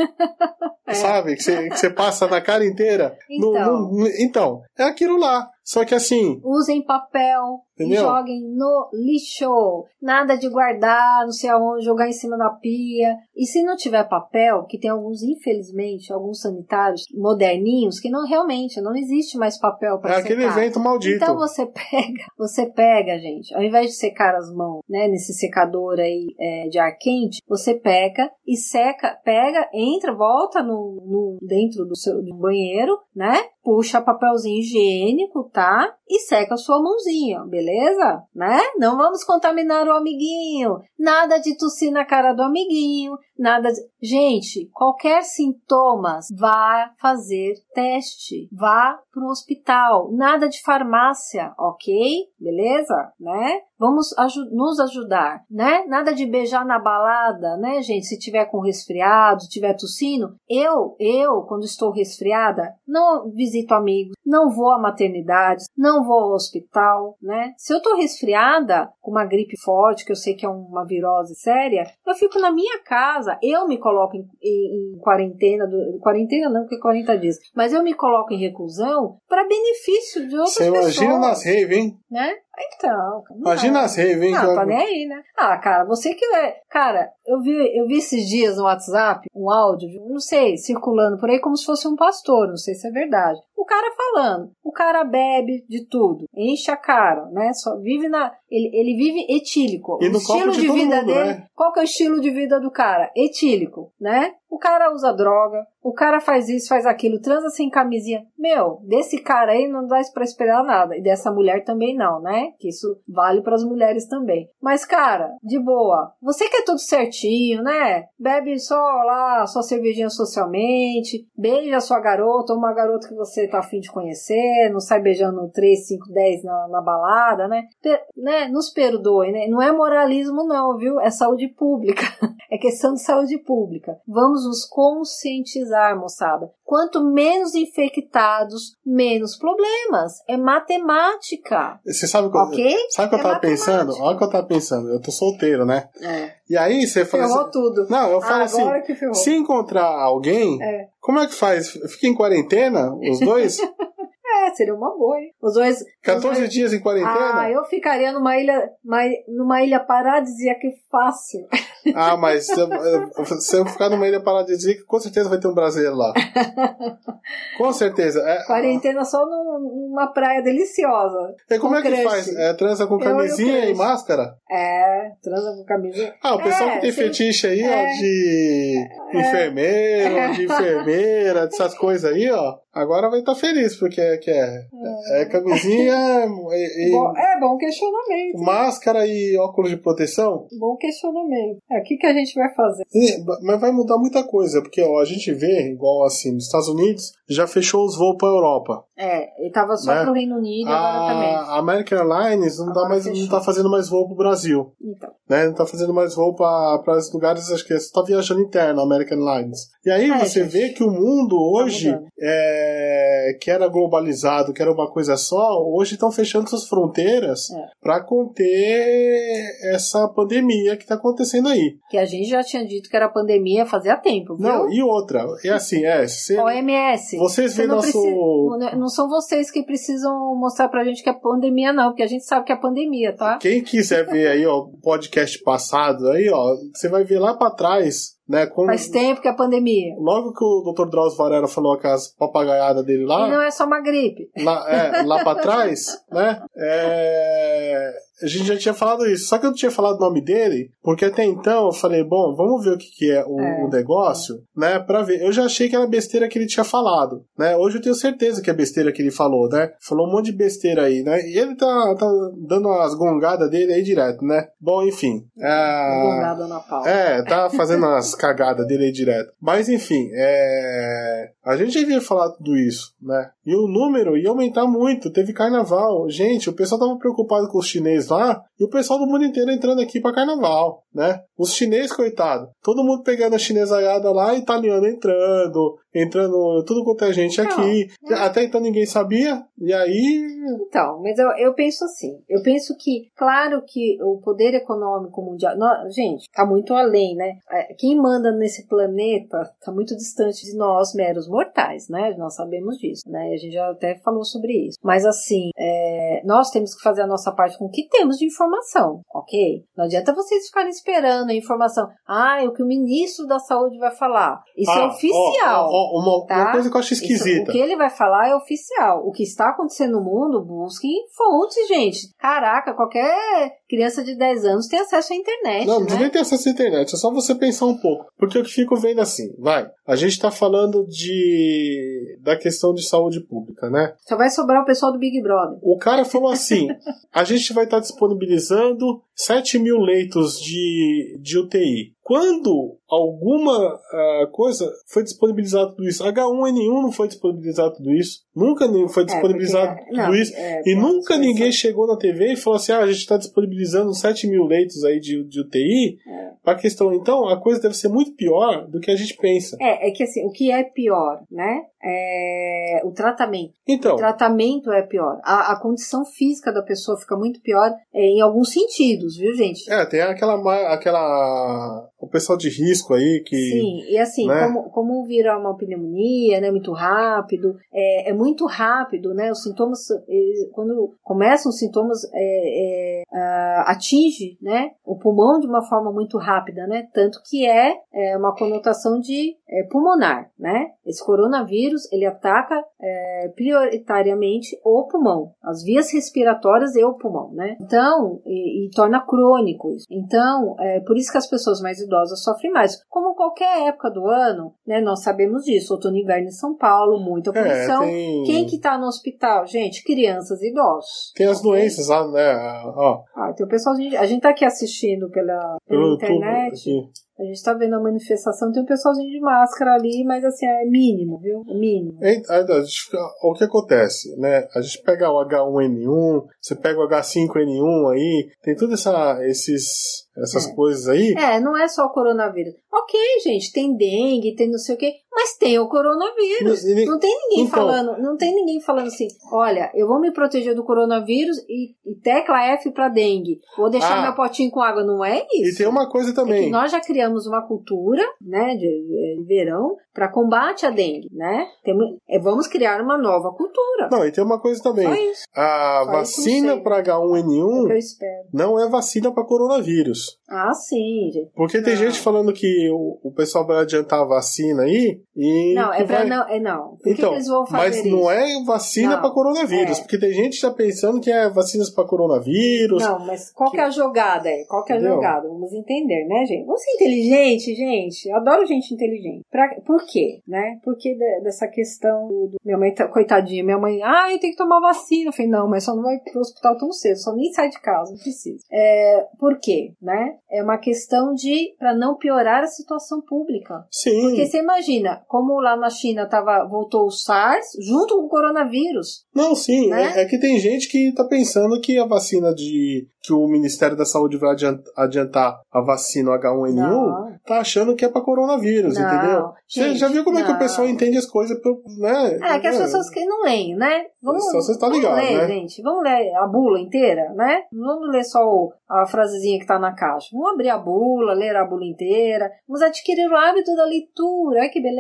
É. Sabe? Que você, que você passa na cara inteira. Então. No, no, então, é aquilo lá. Só que assim... Usem papel. Entendeu? E joguem no lixo. Nada de guardar, não sei aonde, jogar em cima da pia. E se não tiver papel, que tem alguns, infelizmente, alguns sanitários moderninhos, que não realmente, não existe mais papel para secar. É aquele vento maldito. Então você pega, você pega, gente, ao invés de secar as mãos, né, nesse secador aí é, de ar quente, você pega e seca, pega, entra, volta no, no, dentro do seu do banheiro, né, puxa papelzinho higiênico, tá? E seca a sua mãozinha, beleza? Beleza? Né? Não vamos contaminar o amiguinho. Nada de tossir na cara do amiguinho. Nada de... Gente, qualquer sintoma, vá fazer teste. Vá pro hospital. Nada de farmácia, ok? Beleza? Né? Vamos aju- nos ajudar, né? Nada de beijar na balada, né, gente? Se tiver com resfriado, se tiver tossindo. Eu, eu, quando estou resfriada, não visito amigos, não vou à maternidade, não vou ao hospital, né? Se eu tô resfriada, com uma gripe forte, que eu sei que é uma virose séria, eu fico na minha casa, eu me coloco em, em, em quarentena, do, quarentena não, porque é quarenta dias, mas eu me coloco em reclusão para benefício de outras pessoas. Você imagina nas raves, hein? Né? Então, imagina as raves, hein? Não, tá nem aí, né? Ah, cara, você que é... Cara, eu vi, eu vi esses dias no WhatsApp um áudio, não sei, circulando por aí como se fosse um pastor, não sei se é verdade. O cara falando, o cara bebe de tudo, enche a cara, né? Só vive na... Ele, ele vive etílico. E o no estilo de, de vida mundo, dele... né? Qual que é o estilo de vida do cara? Etílico, né? O cara usa droga, o cara faz isso, faz aquilo, transa sem camisinha. Meu, desse cara aí não dá pra esperar nada. E dessa mulher também não, né? Que isso vale pras mulheres também. Mas, cara, de boa. Você quer tudo certinho, né? Bebe só lá, sua cervejinha socialmente, beija sua garota, ou uma garota que você tá afim de conhecer, não sai beijando três, cinco, dez na, na balada, né? Per, né? Nos perdoe, né? Não é moralismo não, viu? É saúde pública. É questão de saúde pública. Vamos nos conscientizar, moçada. Quanto menos infectados, menos problemas. É matemática. Você sabe o que, okay? sabe o que é eu tava matemática. pensando? Olha o que eu tava pensando. Eu tô solteiro, né? É. E aí você fala ferrou assim, tudo. Não, eu falo Agora assim, que ferrou. se encontrar alguém, é. como é que faz? Fica em quarentena, os dois? É, seria uma boa, hein? Os dois... quatorze os dois... dias em quarentena? Ah, eu ficaria numa ilha, numa ilha paradisíaca fácil. Ah, mas se eu, se eu ficar numa ilha paradisíaca, com certeza vai ter um brasileiro lá. Com certeza. É, quarentena só num, numa praia deliciosa. E como é que crush. faz? É, transa com camisinha e máscara? É, transa com camisinha. Ah, o pessoal é, que tem sim. fetiche aí, é. ó, de é. enfermeiro, é. de enfermeira, dessas coisas aí, ó. Agora vai estar tá feliz, porque é, que é, é. é camisinha e, e... Bom, é, bom questionamento. Máscara e óculos de proteção? Bom questionamento. É, o que, que a gente vai fazer? Mas vai mudar muita coisa, porque ó, a gente vê, igual assim, nos Estados Unidos, já fechou os voos para a Europa. É, ele tava só né? pro Reino Unido e agora a, também. A American Airlines não, dá mais, não tá fazendo mais voo pro Brasil. Então. Né? Não tá fazendo mais voo para os lugares, acho que você tá viajando interno, American Airlines. E aí é, você gente. vê que o mundo hoje, tá é, que era globalizado, que era uma coisa só, hoje estão fechando suas fronteiras é. para conter essa pandemia que tá acontecendo aí. Que a gente já tinha dito que era pandemia fazia tempo, viu? Não, e outra, é assim, é... Você, O M S. Vocês veem nosso... Precisa, não são vocês que precisam mostrar pra gente que é pandemia, não, porque a gente sabe que é pandemia, tá? Quem quiser ver aí, ó, o podcast passado aí, ó, você vai ver lá pra trás, né? Como... Faz tempo que é pandemia. Logo que o doutor Drauzio Varela falou aquelas papagaiadas dele lá... E não é só uma gripe. Lá, é, lá pra trás, né? É... a gente já tinha falado isso, só que eu não tinha falado o nome dele, porque até então eu falei, bom, vamos ver o que, que é, o, é o negócio, é. né, pra ver. Eu já achei que era besteira que ele tinha falado, né, hoje eu tenho certeza que é besteira que ele falou, né, falou um monte de besteira aí, né, e ele tá, tá dando as gongadas dele aí direto, né. Bom, enfim. É, gongada na pau. É, tá fazendo as cagadas dele aí direto. Mas, enfim, é... a gente já havia falado tudo isso, né? E o número ia aumentar muito. Teve carnaval. Gente, o pessoal tava preocupado com os chineses lá e o pessoal do mundo inteiro entrando aqui pra carnaval, né? Os chineses, coitado. Todo mundo pegando a chinesaiada lá, italiano entrando, entrando tudo quanto é gente não, aqui. Não. Até então ninguém sabia. E aí... Então, mas eu, eu penso assim. Eu penso que, claro que o poder econômico mundial... Nós, gente, tá muito além, né? Quem manda nesse planeta tá muito distante de nós, meros mortais, né? Nós sabemos disso, né? A gente já até falou sobre isso. Mas assim, é, nós temos que fazer a nossa parte com o que temos de informação, ok? Não adianta vocês ficarem esperando a informação. Ah, é o que o ministro da saúde vai falar. Isso ah, é oficial. Ó, ó, uma, tá? uma coisa que eu acho esquisita. Isso, o que ele vai falar é oficial. O que está acontecendo no mundo, busquem fontes, gente. Caraca, qualquer criança de dez anos tem acesso à internet. Não, não né? precisa nem ter acesso à internet, é só você pensar um pouco. Porque eu que fico vendo assim, vai, a gente tá falando de da questão de saúde pública, né? Só vai sobrar o pessoal do Big Brother. O cara falou assim, a gente vai estar disponibilizando sete mil leitos de, de U T I. Quando alguma uh, coisa foi disponibilizado tudo isso? H um N um não foi disponibilizado tudo isso? Nunca foi disponibilizado é, porque, tudo não, isso? É, e nunca ser ninguém assim. chegou na T V e falou assim, ah, a gente está disponibilizando sete mil leitos aí de, de U T I É. para a questão. Então, a coisa deve ser muito pior do que a gente pensa. É, é que assim, o que é pior, né? É o tratamento. Então, O tratamento é pior. A, a condição física da pessoa fica muito pior é, em alguns sentidos, viu, gente? é, tem aquela, aquela o pessoal de risco aí que... Sim, e assim, né? como, como vira uma pneumonia, né, muito rápido, é, é muito rápido, né, os sintomas, eles, quando começam os sintomas, é, é, uh, atinge, né, o pulmão de uma forma muito rápida, né, tanto que é, é uma conotação de é, pulmonar, né, esse coronavírus, ele ataca é, prioritariamente o pulmão, as vias respiratórias e o pulmão, né, então, e, e torna crônico isso, então, é por isso que as pessoas mais idosas sofrem mais. Como qualquer época do ano, né, nós sabemos disso. Outono e inverno em São Paulo, muita poluição. É, tem... Quem que tá no hospital? Gente, crianças e idosos. Tem as doenças lá, né? Ó, Ah, tem o pessoal, a gente, a gente tá aqui assistindo pela, pela pelo internet. tubo aqui. A gente tá vendo a manifestação, tem um pessoalzinho de máscara ali, mas assim, é mínimo, viu? É mínimo. É, a gente fica- o que acontece, né? A gente pega o H um N um, você pega o H cinco N um aí, tem todas essa, esses, essas É. coisas aí. É, não é só o coronavírus. Ok, gente, tem dengue, tem não sei o quê, mas tem o coronavírus. E- e- Não tem ninguém então- falando, não tem ninguém falando assim, olha, eu vou me proteger do coronavírus e, e tecla F pra dengue. Vou deixar Ah. meu potinho com água, não é isso? E tem uma coisa É também. que nós já criamos uma cultura, né, de, de verão para combate à dengue, né? Temos, é, vamos criar uma nova cultura. Não, e tem uma coisa também. Só isso. A Só vacina isso não sei, para H um N É o um que eu espero. não é vacina para coronavírus. Ah, sim, gente. Porque tem Não. gente falando que o, o pessoal vai adiantar a vacina aí e. Não, que é pra vai... não, é não. Por que Então, que eles vão fazer mas isso? não é vacina Não, para coronavírus, é. porque tem gente que tá pensando que é vacinas para coronavírus. Não, mas qual que é a jogada aí? Qual que é a Entendeu? jogada? Vamos entender, né, gente? Vamos ser inteligente, gente. Eu adoro gente inteligente. Pra, por quê, né? Por que de- dessa questão do, do- minha mãe, tá- coitadinha, minha mãe, ah, eu tenho que tomar vacina. Eu falei, não, mas só não vai pro hospital tão cedo, só nem sai de casa, não precisa. É, por quê, né? É uma questão de, pra não piorar a situação pública. Sim. Porque você imagina, como lá na China tava, voltou o SARS junto com o coronavírus. Não, sim. Né? É, é que tem gente que tá pensando que a vacina de. Que o Ministério da Saúde vai adiant- adiantar a vacina H um N um, Não. tá achando que é pra coronavírus, Não, entendeu? Você gente, já viu como é que o não. pessoal entende as coisas, pelo- né? É, que as É. pessoas que não leem, né? Vamos, Só você tá vamos ligado, ler, né? gente. Vamos ler a bula inteira, né? Não vamos ler só o- a frasezinha que tá na caixa. Vamos abrir a bula, ler a bula inteira. Vamos adquirir o hábito da leitura. Olha que beleza.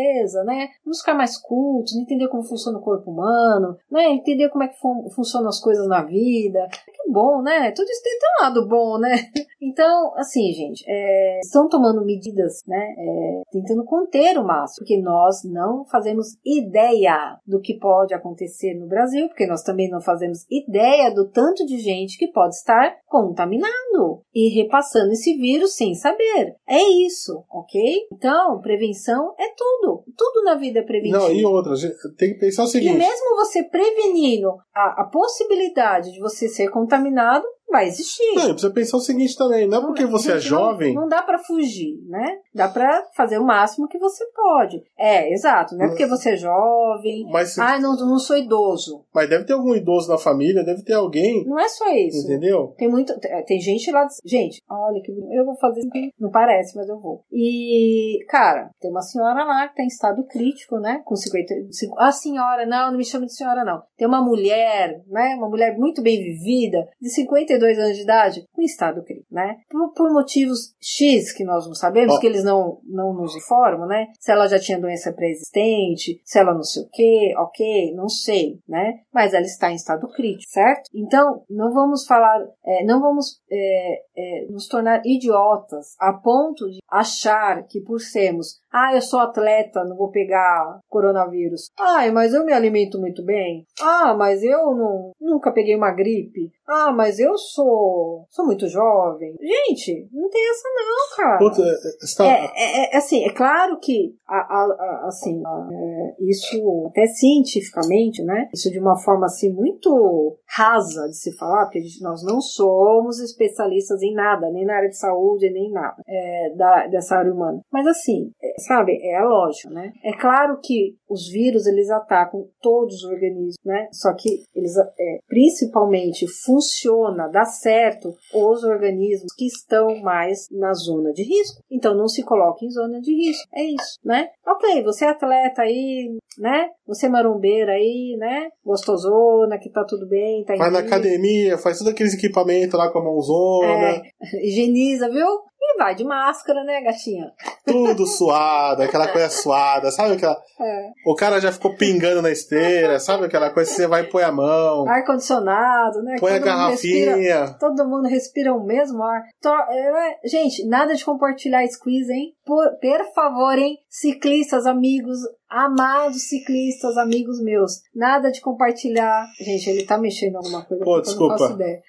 natureza, né? Vamos ficar mais cultos, entender como funciona o corpo humano, né? Entender como é que fun- funcionam as coisas na vida. Que bom, né? Tudo isso tem um lado bom, né? Então, assim, gente, é, estão tomando medidas, né? É, tentando conter o máximo, porque nós não fazemos ideia do que pode acontecer no Brasil, porque nós também não fazemos ideia do tanto de gente que pode estar contaminado e repassando esse vírus sem saber. É isso, ok? Então, prevenção é tudo. Tudo na vida é preventivo. Não, e outras, tem que pensar o seguinte. E mesmo você prevenindo a, a possibilidade de você ser contaminado, vai existir. Não, precisa pensar o seguinte também, não é porque você é jovem... Não, não dá pra fugir, né? Dá pra fazer o máximo que você pode. É, exato. Não é porque você é jovem... Mas, ah, não, não sou idoso. Mas deve ter algum idoso na família, deve ter alguém... Não é só isso. Entendeu? Tem muito... Tem gente lá... De, gente, olha que... Eu vou fazer... Não parece, mas eu vou. E, cara, tem uma senhora lá que tá em estado crítico, né? Com cinquenta... Ah, senhora, não, não me chama de senhora, não. Tem uma mulher, né? Uma mulher muito bem vivida, de cinquenta e dois anos de idade, com estado crítico, né? Por, por motivos X que nós não sabemos, oh. que eles não, não nos informam, né? Se ela já tinha doença pré-existente, se ela não sei o quê, ok, não sei, né? Mas ela está em estado crítico, certo? Então, não vamos falar, é, não vamos é, é, nos tornar idiotas a ponto de achar que por sermos, ah, eu sou atleta, não vou pegar coronavírus. Ah, mas eu me alimento muito bem. Ah, mas eu não, nunca peguei uma gripe. Ah, mas eu sou, sou muito jovem. Gente, não tem essa não, cara. Puta, está... é, é, é, assim, é claro que, a, a, a, assim, a, é, isso até cientificamente, né? Isso de uma forma, assim, muito rasa de se falar, porque nós não somos especialistas em nada, nem na área de saúde, nem nada é, da, dessa área humana. Mas, assim, é, sabe, é lógico, né? É claro que os vírus, eles atacam todos os organismos, né? Só que eles, é, principalmente, funciona, dá certo os organismos que estão mais na zona de risco. Então, não se coloque em zona de risco. É isso, né? Ok, você é atleta aí, né? Você é marombeira aí, né? Gostosona, que tá tudo bem, tá em Vai na dia. academia, faz todos aqueles equipamentos lá com a mãozona. É, higieniza, viu? E vai de máscara, né, gatinha? Tudo suado, aquela coisa suada, sabe aquela... É. O cara já ficou pingando na esteira, sabe aquela coisa que você vai e põe a mão. Ar-condicionado, né? Põe todo a garrafinha. Respira, todo mundo respira o mesmo ar. Então, é, gente, nada de compartilhar squeeze, hein? Por, por favor, hein? Ciclistas, amigos, amados ciclistas, amigos meus. Nada de compartilhar. Gente, ele tá mexendo em alguma coisa. Pô, desculpa. Eu não faço ideia.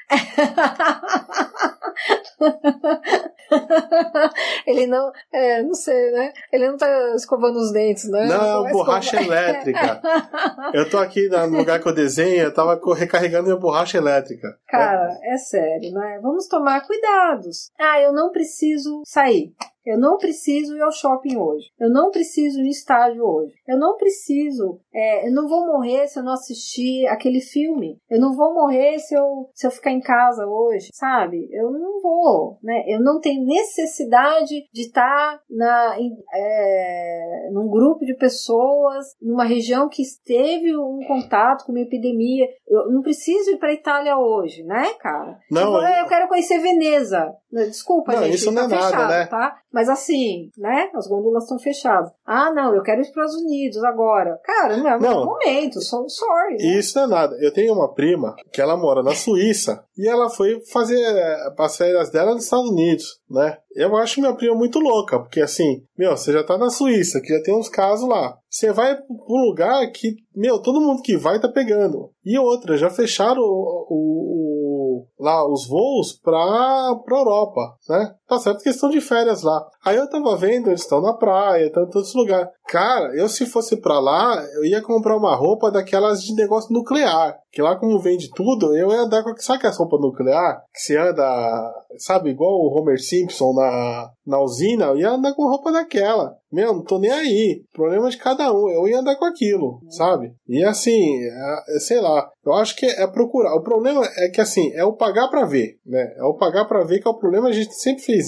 Ele não, é, não sei, né? Ele não tá escovando os dentes, né? Não, é borracha elétrica. Eu tô aqui no lugar que eu desenho, eu tava recarregando minha borracha elétrica. Cara, é sério, né? Vamos tomar cuidados. Ah, eu não preciso sair. Eu não preciso ir ao shopping hoje. Eu não preciso ir no estádio hoje. Eu não preciso... É, eu não vou morrer se eu não assistir aquele filme. Eu não vou morrer se eu, se eu ficar em casa hoje, sabe? Eu não vou, né? Eu não tenho necessidade de estar na, é, num grupo de pessoas, numa região que teve um contato com uma epidemia. Eu não preciso ir para a Itália hoje, né, cara? Não, eu, eu quero conhecer Veneza. Desculpa, não, gente, isso não tá é fechado, nada, né? Tá? Mas assim, né? As gôndolas estão fechadas. Ah, não, eu quero ir para os Estados Unidos agora. Cara, não é o não, momento, só sorry. Né? Isso não é nada. Eu tenho uma prima que ela mora na Suíça e ela foi fazer as férias dela nos Estados Unidos, né? Eu acho minha prima muito louca, porque assim, meu, você já tá na Suíça, que já tem uns casos lá. Você vai pra um lugar que, meu, todo mundo que vai tá pegando. E outra, já fecharam o, o, o, lá os voos pra, pra Europa, né? Tá certo, questão de férias lá. Aí eu tava vendo, eles estão na praia, estão em todos os lugares. Cara, eu se fosse pra lá, eu ia comprar uma roupa daquelas de negócio nuclear. Que lá como vende tudo, eu ia andar com... Sabe aquela roupa nuclear? Que você anda, sabe, igual o Homer Simpson na, na usina? Eu ia andar com roupa daquela. Meu, não tô nem aí. Problema de cada um. Eu ia andar com aquilo, sabe? E assim, é, sei lá. Eu acho que é procurar. O problema é que assim, é o pagar pra ver, né? É o pagar pra ver que é o problema. A gente sempre fez isso.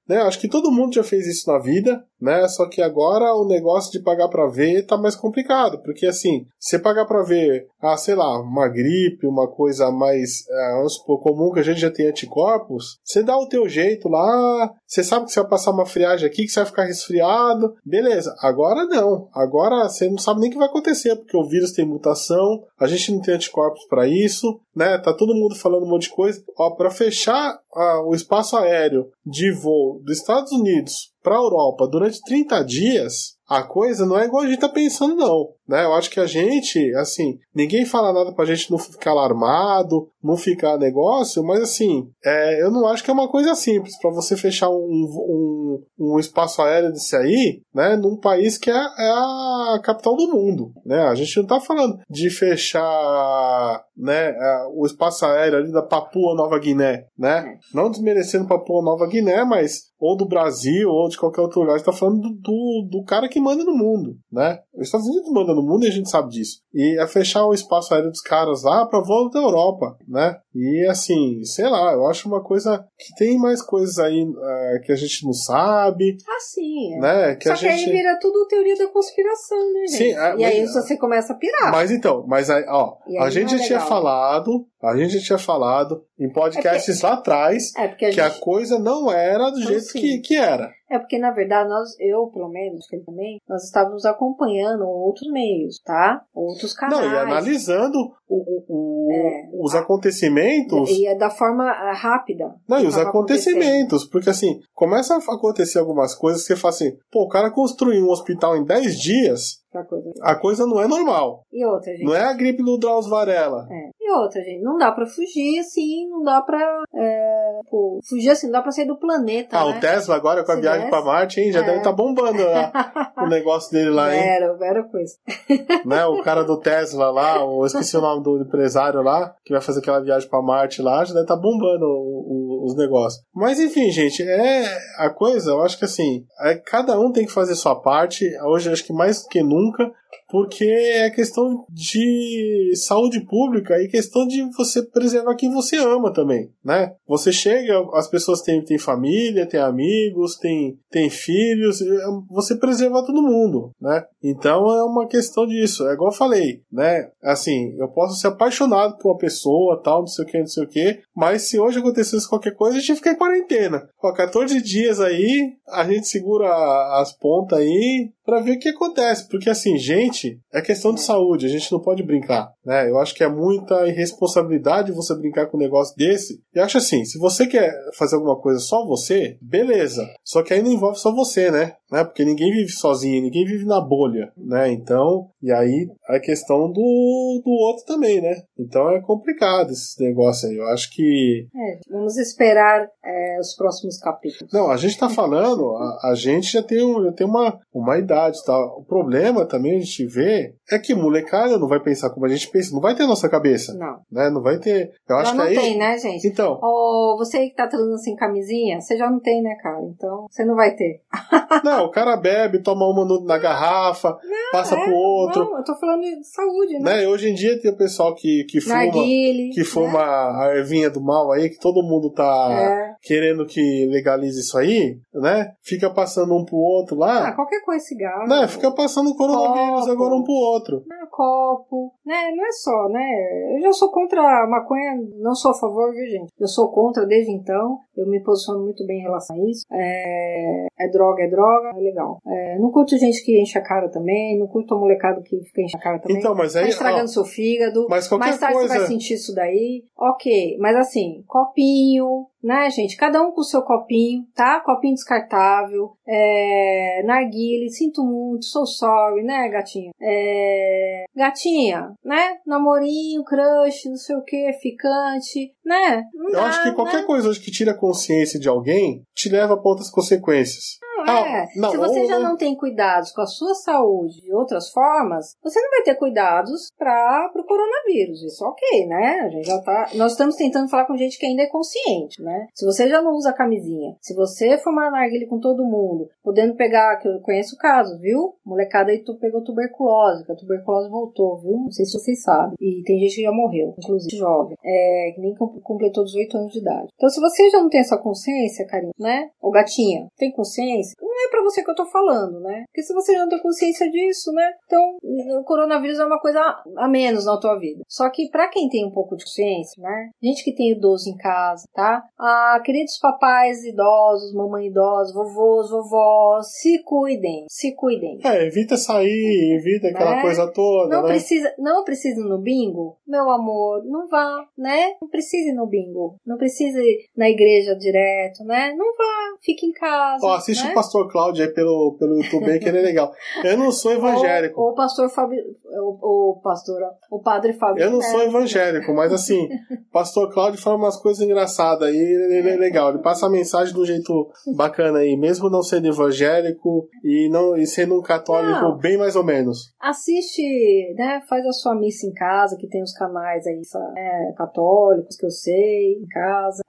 né? Acho que todo mundo já fez isso na vida, né? Só que agora o negócio de pagar pra ver tá mais complicado, porque assim, você pagar pra ver, ah, sei lá, uma gripe, uma coisa mais, é, vamos supor, comum, que a gente já tem anticorpos, você dá o teu jeito lá, você sabe que você vai passar uma friagem aqui, que você vai ficar resfriado, beleza. Agora não, agora você não sabe nem o que vai acontecer, porque o vírus tem mutação, a gente não tem anticorpos pra isso, né? Tá todo mundo falando um monte de coisa. Ó, pra fechar ah, o espaço aéreo de voo dos Estados Unidos pra Europa durante trinta dias, a coisa não é igual a gente tá pensando, não. Né? Eu acho que a gente, assim, ninguém fala nada pra gente não ficar alarmado, não ficar negócio, mas assim, é, eu não acho que é uma coisa simples pra você fechar um, um, um espaço aéreo desse aí, né, num país que é, é a capital do mundo, né? A gente não tá falando de fechar, né, o espaço aéreo ali da Papua Nova Guiné, né? Não desmerecendo Papua Nova Guiné, mas ou do Brasil, ou de qualquer outro lugar, a gente tá falando do, do, do cara que manda no mundo, né? Os Estados Unidos mandam no mundo e a gente sabe disso. E é fechar o espaço aéreo dos caras lá pra voo da Europa, né? E assim, sei lá, eu acho uma coisa que tem mais coisas aí uh, que a gente não sabe. Ah, sim. É. Né? Que Só a que gente... aí vira tudo teoria da conspiração, né, gente? Sim, é, e aí mas, você começa a pirar. Mas então, mas aí, ó, aí a gente é já tinha legal. falado, a gente já tinha falado em podcasts é porque, lá atrás é porque a que gente... a coisa não era do então, jeito sim. que, que era. É porque, na verdade, nós, eu, pelo menos, ele também, nós estávamos acompanhando outros meios, tá? Outros canais. Não, e analisando o, o, o, é, os acontecimentos. E é da forma rápida. Não, e os acontecimentos. Porque, assim, começa a acontecer algumas coisas que você fala assim, pô, o cara construiu um hospital em dez dias, coisa. a coisa não é normal. E outra, gente. Não é a gripe do Drauzio Varela. É. E outra, gente, não dá pra fugir, assim, não dá pra é, pô, fugir assim, não dá pra sair do planeta, Ah, né? o Tesla agora com a Se viagem desse, pra Marte, hein? Já é. deve estar tá bombando lá, o negócio dele lá, hein? Vera, vera coisa. Né, o cara do Tesla lá, eu esqueci o nome do empresário lá, que vai fazer aquela viagem pra Marte lá, já deve estar tá bombando o, o, os negócios. Mas enfim, gente, é a coisa, eu acho que assim, é, cada um tem que fazer sua parte, hoje acho que mais do que nunca, porque é questão de saúde pública e questão de você preservar quem você ama também, né? Você chega, as pessoas têm, têm família, têm amigos, têm, têm filhos, você preserva todo mundo, né? Então é uma questão disso, é igual eu falei, né? Assim, eu posso ser apaixonado por uma pessoa, tal, não sei o que, não sei o que, mas se hoje acontecesse qualquer coisa, a gente fica em quarentena. Pô, quatorze dias aí, a gente segura as pontas aí pra ver o que acontece, porque assim, gente, é questão de saúde, a gente não pode brincar, né? Eu acho que é muita irresponsabilidade você brincar com um negócio desse. E acho assim, se você quer fazer alguma coisa só você, beleza. Só que aí não envolve só você, né? né? Porque ninguém vive sozinho, ninguém vive na bolha, né? Então, e aí a questão do, do outro também, né? Então é complicado esse negócio aí. Eu acho que... É, vamos esperar é, os próximos capítulos. Não, a gente tá falando, a, a gente já tem, um, já tem uma, uma idade, tá? O problema também a gente vê é que molecada não vai pensar como a gente pensa, não vai ter a nossa cabeça. Não. Né? Não vai ter... Eu já acho não que aí... tem, né, gente? Então... Oh, você aí que tá transando sem camisinha, você já não tem, né, cara? Então, você não vai ter. Não, o cara bebe, toma uma no, na garrafa, não, passa é, pro outro. Não, eu tô falando de saúde, né? né? Hoje em dia tem o pessoal que, que fuma, Narguile, que fuma né? a ervinha do mal aí, que todo mundo tá é. querendo que legalize isso aí, né? Fica passando um pro outro lá. Ah, qualquer coisa, cigarro. Né? Fica passando o coronavírus copo, agora um pro outro. Né? Copo, né? Não é só, né? Eu já sou contra a maconha, não sou a favor, viu, gente? Eu sou contra desde então, eu me posiciono muito bem em relação a isso. É, é droga, é droga, é legal. É, não curto gente que enche a cara também, não curto molecado que fica enche a cara também. Então, mas aí, tá estragando ó, seu fígado. Mas qualquer mais tarde coisa... você vai sentir isso daí. Ok, mas assim, copinho, né, gente? Cada um com o seu copinho, tá? Copinho descartável, é, narguile, sinto muito, sou sorry, né, gatinha? É, gatinha, né? Namorinho, crush, não sei o que, ficante, né? Não Eu dá, acho que qualquer né? coisa hoje que tira a consciência de alguém te leva pra outras consequências. Não, é. Não, Se você ou, já né? não tem cuidados com a sua saúde de outras formas, você não vai ter cuidados para o coronavírus. Isso ok, né? A gente já tá. Nós estamos tentando falar com gente que ainda é consciente, né? Se você já não usa camisinha, se você fumar narguilé com todo mundo, podendo pegar, que eu conheço o caso, viu? Molecada aí tu pegou tuberculose, que a tuberculose voltou, viu? Não sei se vocês sabem. E tem gente que já morreu, inclusive jovem, é, que nem completou dezoito anos de idade. Então, se você já não tem essa consciência, carinho, né? Ou gatinha, tem consciência? Não é pra você que eu tô falando, né? Porque se você já não tem consciência disso, né? Então, o coronavírus é uma coisa a menos na tua vida. Só que pra quem tem um pouco de consciência, né? Gente que tem idoso em casa, tá? Ah, queridos papais idosos, mamãe idosa, vovôs, vovós, se cuidem, se cuidem. É, evita sair, evita aquela né? coisa toda, Não né? precisa, não precisa ir no bingo? Meu amor, não vá, né? Não precisa ir no bingo. Não precisa ir na igreja direto, né? Não vá, fique em casa. Ó, assiste né? o Pastor Cláudio aí pelo, pelo YouTube aí, que ele é legal. Eu não sou evangélico. Ou, ou o pastor Fábio, o, o pastor, o padre Fábio. Eu não Neto. sou evangélico, mas assim, o Pastor Cláudio fala umas coisas engraçadas aí, ele é legal. Ele passa a mensagem de um jeito bacana aí, mesmo não sendo evangélico e, não, e sendo um católico Não. bem mais ou menos. Assiste, né? Faz a sua missa em casa, que tem os canais aí, né, católicos, que eu sei, em casa.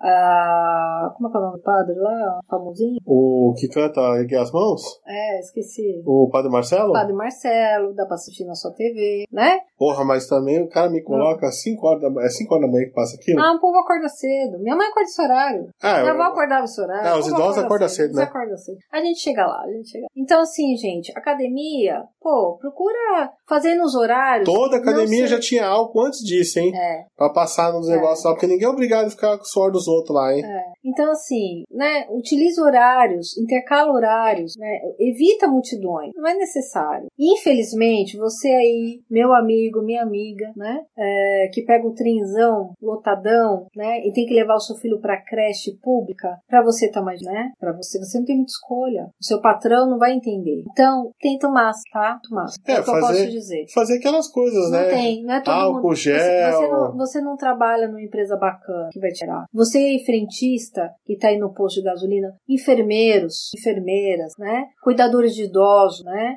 Ah, como é que é o nome do padre lá? Famosinho? O que canta Erguer as Mãos? É, esqueci. O Padre Marcelo? Padre Marcelo, dá pra assistir na sua T V, né? Porra, mas também o cara me coloca às cinco horas da manhã. É cinco horas da manhã que passa aquilo? Ah, o povo acorda cedo. Minha mãe acorda esse horário. Ah, Minha eu- avó acordava esse horário. Ah, o os povo idosos acorda acordam cedo, eles né? acordam cedo. A gente chega lá, a gente chega lá. Então, assim, gente, academia, pô, procura fazer nos horários. Toda não academia sei- já tinha álcool antes disso, hein? É. Pra passar nos negócios lá, porque ninguém é obrigado a ficar com o suor dos outros lá, hein? É. Então, assim, né, utiliza horários, intercala horários, né, evita multidões, não é necessário. Infelizmente, você aí, meu amigo, minha amiga, né, é, que pega o trenzão lotadão, né, e tem que levar o seu filho pra creche pública, pra você tá mais, né, pra você, você não tem muita escolha. O seu patrão não vai entender. Então, tenta o máximo, tá? O máximo. É, É o que eu fazer- posso dizer. Fazer aquelas coisas, Não né? tem, não é todo Álcool, mundo. gel. Você, você, não, você não trabalha numa empresa bacana que vai tirar. Você é frentista que tá aí no posto de gasolina, enfermeiros, enfermeiras, né? Cuidadores de idosos, né?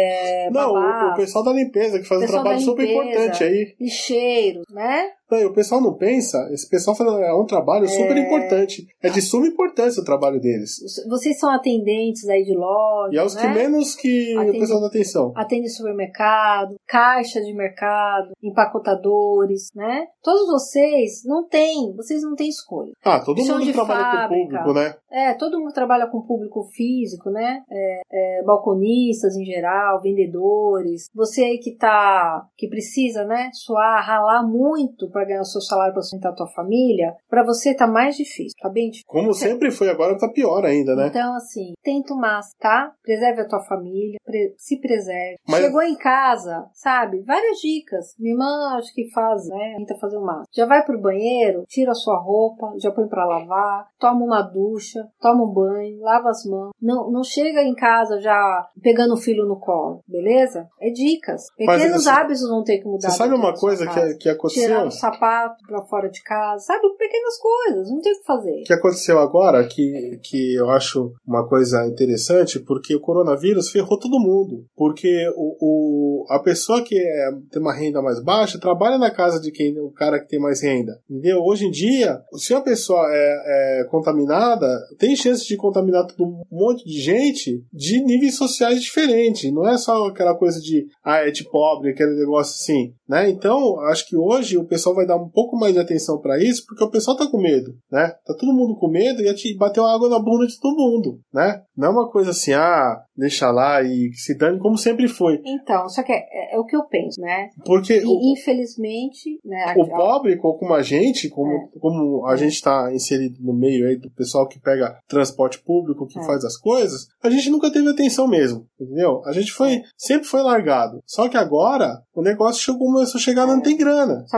É, Não, o, babás, o pessoal da limpeza que faz um pessoal trabalho da super limpeza, importante aí. lixeiros, né? Não, e o pessoal não pensa, esse pessoal faz é um trabalho super importante. É de suma importância o trabalho deles. Vocês são atendentes aí de loja, E é os né? que menos que Atende- o pessoal dá atenção. Atende supermercado, caixa de mercado, empacotadores, né? Todos vocês não têm, vocês não têm escolha. Ah, todo Chão mundo de trabalha fábrica. com o público, né? É, todo mundo trabalha com público físico, né? É, é, balconistas em geral, vendedores. Você aí que tá, que precisa, né? Suar, ralar muito para ganhar o seu salário para sustentar a tua família. Para você tá mais difícil, tá bem difícil. Como sempre foi, agora tá pior ainda, né? Então, assim, tenta o máximo, tá? Preserve a tua família, pre- se preserve. Mas- Chegou em casa, sabe? Várias dicas. Minha irmã, acho que faz, né? Tenta fazer o máximo. Já vai pro banheiro, tira a sua roupa, já põe pra lavar, toma uma ducha, toma um banho, lava as mãos. Não, não chega em casa já pegando o filho no colo, beleza? É dicas. Mas Pequenos você- hábitos vão ter que mudar. Você sabe dentro uma da sua coisa casa. que, que aconteceu? Tirar o sapato pra fora de casa, sabe? Pequenas coisas, não tem o que fazer. O que aconteceu agora, que, que eu acho uma coisa interessante, porque o coronavírus ferrou todo mundo. Porque o, o, a pessoa que é, tem uma renda mais baixa trabalha na casa de quem o cara que tem mais renda. Entendeu? Hoje em dia, se uma pessoa é, é contaminada, tem chance de contaminar todo um monte de gente de níveis sociais diferentes. Não é só aquela coisa de, ah, é de pobre, aquele negócio assim, né? Então, acho que hoje o pessoal vai dar um pouco mais de atenção pra isso, porque o pessoal tá com medo, né? Tá todo mundo com medo e bateu água na bunda de todo mundo, né? Não é uma coisa assim, ah, deixa lá e que se dane, como sempre foi. Então, só que é, é, é o que eu penso, né? Porque o, E, infelizmente, né? o aqui, ó, pobre, como a gente, como, É. como a gente tá inserido no meio aí do pessoal que pega transporte público, que É. faz as coisas, a gente nunca teve atenção mesmo, entendeu? A gente foi, sempre foi largado. Só que agora, o negócio chegou, começou a chegar, não tem grana. Só que assim,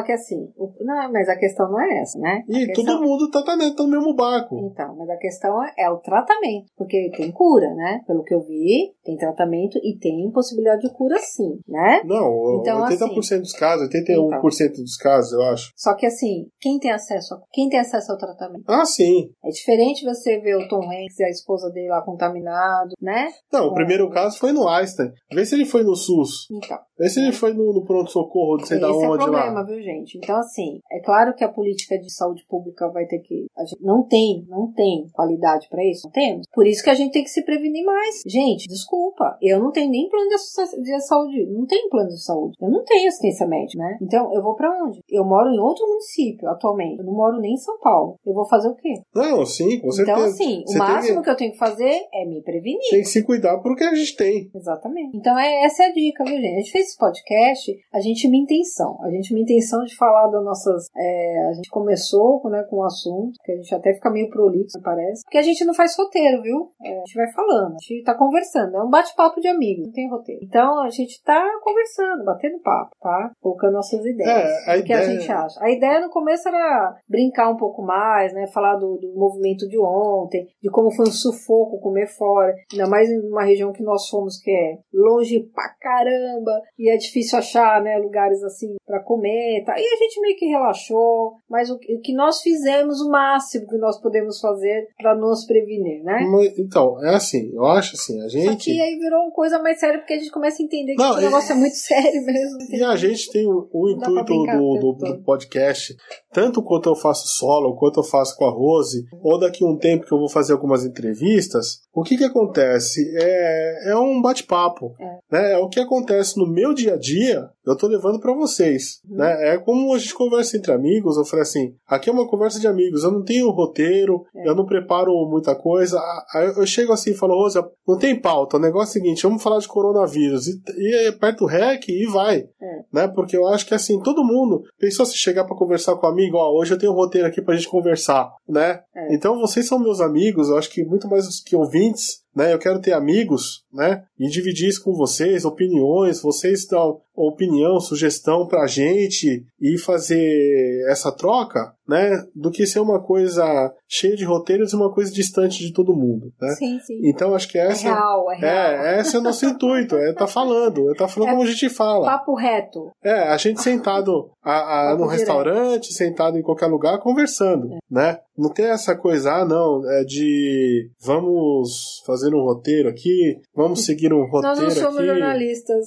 assim, o, não, mas a questão não é essa, né? A E questão, todo mundo tá, tá, tá no mesmo barco. Então, mas a questão é, é o tratamento, porque tem cura, né? Pelo que eu vi, tem tratamento e tem possibilidade de cura sim, né? Não, então, oitenta por cento assim, dos casos, oitenta e um por cento então, dos casos, eu acho. Só que assim, quem tem acesso, a, quem tem acesso ao tratamento? Ah, sim. É diferente você ver o Tom Hanks e a esposa dele lá contaminado, né? Não, Com... o primeiro caso foi no Einstein. Vê se ele foi no SUS. Então. Vê se ele foi no, no pronto-socorro, não sei Esse da onde é o problema, lá. viu, gente? Então, assim, é claro que a política de saúde pública vai ter que... A gente não tem, não tem qualidade pra isso, não temos. Por isso que a gente tem que se prevenir mais. Gente, desculpa, eu não tenho nem plano de, de saúde, não tenho plano de saúde. Eu não tenho assistência médica, né? Então, eu vou pra onde? Eu moro em outro município, atualmente. Eu não moro nem em São Paulo. Eu vou fazer o quê? Não, sim, com certeza. Então, assim, Você o máximo que... que eu tenho que fazer é me prevenir. Tem que se cuidar por que a gente tem. Exatamente. Então, é, essa é a dica, viu, gente? A gente fez esse podcast, a gente tinha uma intenção. A gente tinha uma intenção de falar das nossas... É, a gente começou, né, com o assunto, que a gente até fica meio prolixo, me parece. Porque a gente não faz roteiro, viu? É, a gente vai falando, a gente tá conversando. É um bate-papo de amigos, não tem roteiro. Então, a gente tá conversando, batendo papo, tá? Colocando nossas ideias. É, a o que ideia... a gente acha. A ideia no começo era brincar um pouco mais, né? Falar do, do movimento de ontem, de como foi um sufoco comer fora. Ainda mais em uma região que nós fomos, que é longe pra caramba. E é difícil achar, né, lugares assim pra comer, tá? E a gente meio que relaxou, mas o, o que nós fizemos, o máximo que nós podemos fazer pra nos prevenir, né? Mas, então, é assim, eu acho assim, a gente... Só que aí virou uma coisa mais séria, porque a gente começa a entender que Não, o negócio é... é muito sério mesmo. E a gente tem o, o intuito do, do, do podcast, tanto quanto eu faço solo, quanto eu faço com a Rose, ou daqui a um tempo que eu vou fazer algumas entrevistas, o que que acontece? É, é um bate-papo, é. Né? É o que acontece no meu dia a dia, eu tô levando pra vocês, uhum. Né? É como a gente conversa entre amigos, eu falei assim, aqui é uma conversa de amigos, eu não tenho roteiro, é. eu não preparo muita coisa, aí eu chego assim e falo, Rosa, não tem pauta, o negócio é o seguinte, vamos falar de coronavírus, e, e aperta o rec e vai, é. Né? Porque eu acho que assim, todo mundo, pensou se chegar pra conversar com um amigo, ó, hoje eu tenho um roteiro aqui pra gente conversar, né? É. Então vocês são meus amigos, eu acho que muito mais que ouvintes, né? Eu quero ter amigos, né? E dividir isso com vocês, opiniões, vocês dão opinião, sugestão pra gente e fazer essa troca, né? Do que ser uma coisa cheia de roteiros e uma coisa distante de todo mundo, né? Sim, sim. Então acho que essa é real, é real. É, esse é o nosso intuito, é tá falando, é tá falando é como a gente fala. Papo reto. É, a gente sentado a, a, num direto. Restaurante, sentado em qualquer lugar, conversando, é. Né? Não tem essa coisa, ah, não, é de vamos fazer um roteiro aqui, vamos seguir um roteiro aqui. Nós não somos aqui. jornalistas.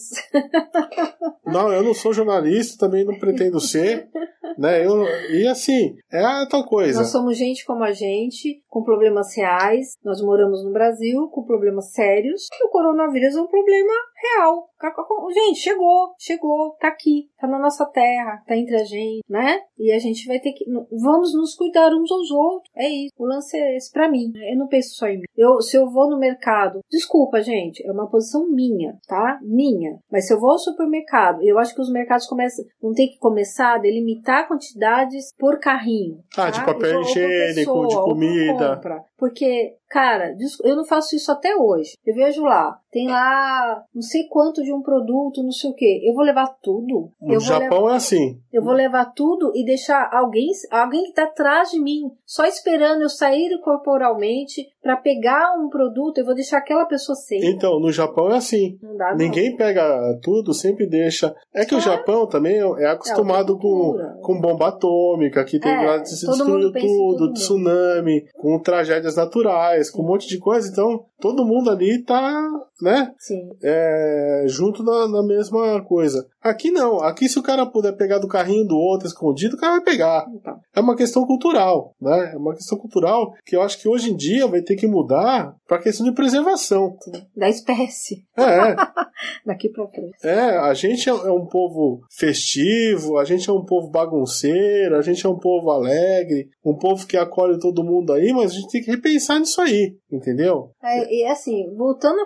Não, eu não sou jornalista, também não pretendo ser, né? Eu, e assim, é a tal coisa. Nós somos gente como a gente, com problemas reais. Nós moramos no Brasil com problemas sérios. E o coronavírus é um problema real. Gente, chegou, chegou, tá aqui, tá na nossa terra, tá entre a gente, né? E a gente vai ter que... Vamos nos cuidar uns aos outros. É isso. O lance é esse pra mim. Eu não penso só em mim. Eu, se eu vou no mercado... Desculpa, gente. É uma posição minha, tá? Minha. Mas se eu vou ao supermercado, eu acho que os mercados começam... Vão ter que começar a delimitar quantidades por carrinho. Ah, tá? De papel higiênico, de comida. Porque... Cara, eu não faço isso até hoje. Eu vejo lá, tem lá não sei quanto de um produto, não sei o quê. Eu vou levar tudo. No eu Japão levar, é assim. Eu vou levar tudo e deixar alguém, alguém que tá atrás de mim, só esperando eu sair corporalmente para pegar um produto, eu vou deixar aquela pessoa sem. Então, no Japão é assim. Não dá, não. Ninguém pega tudo, sempre deixa. É que ah, o Japão também é acostumado é com, com bomba atômica, que tem é, lá de se destruiu tudo, tsunami, com tragédias naturais, com um monte de coisa, então todo mundo ali tá, né? Sim. É, junto na, na mesma coisa. Aqui não, aqui se o cara puder pegar do carrinho do outro escondido, o cara vai pegar. Então. É uma questão cultural, né? É uma questão cultural que eu acho que hoje em dia vai ter que mudar pra questão de preservação. Sim. Da espécie. É. Daqui pra frente. É, a gente é um povo festivo, a gente é um povo bagunceiro, a gente é um povo alegre, um povo que acolhe todo mundo aí, mas a gente tem que repensar nisso aí, entendeu? É, e assim, voltando a falar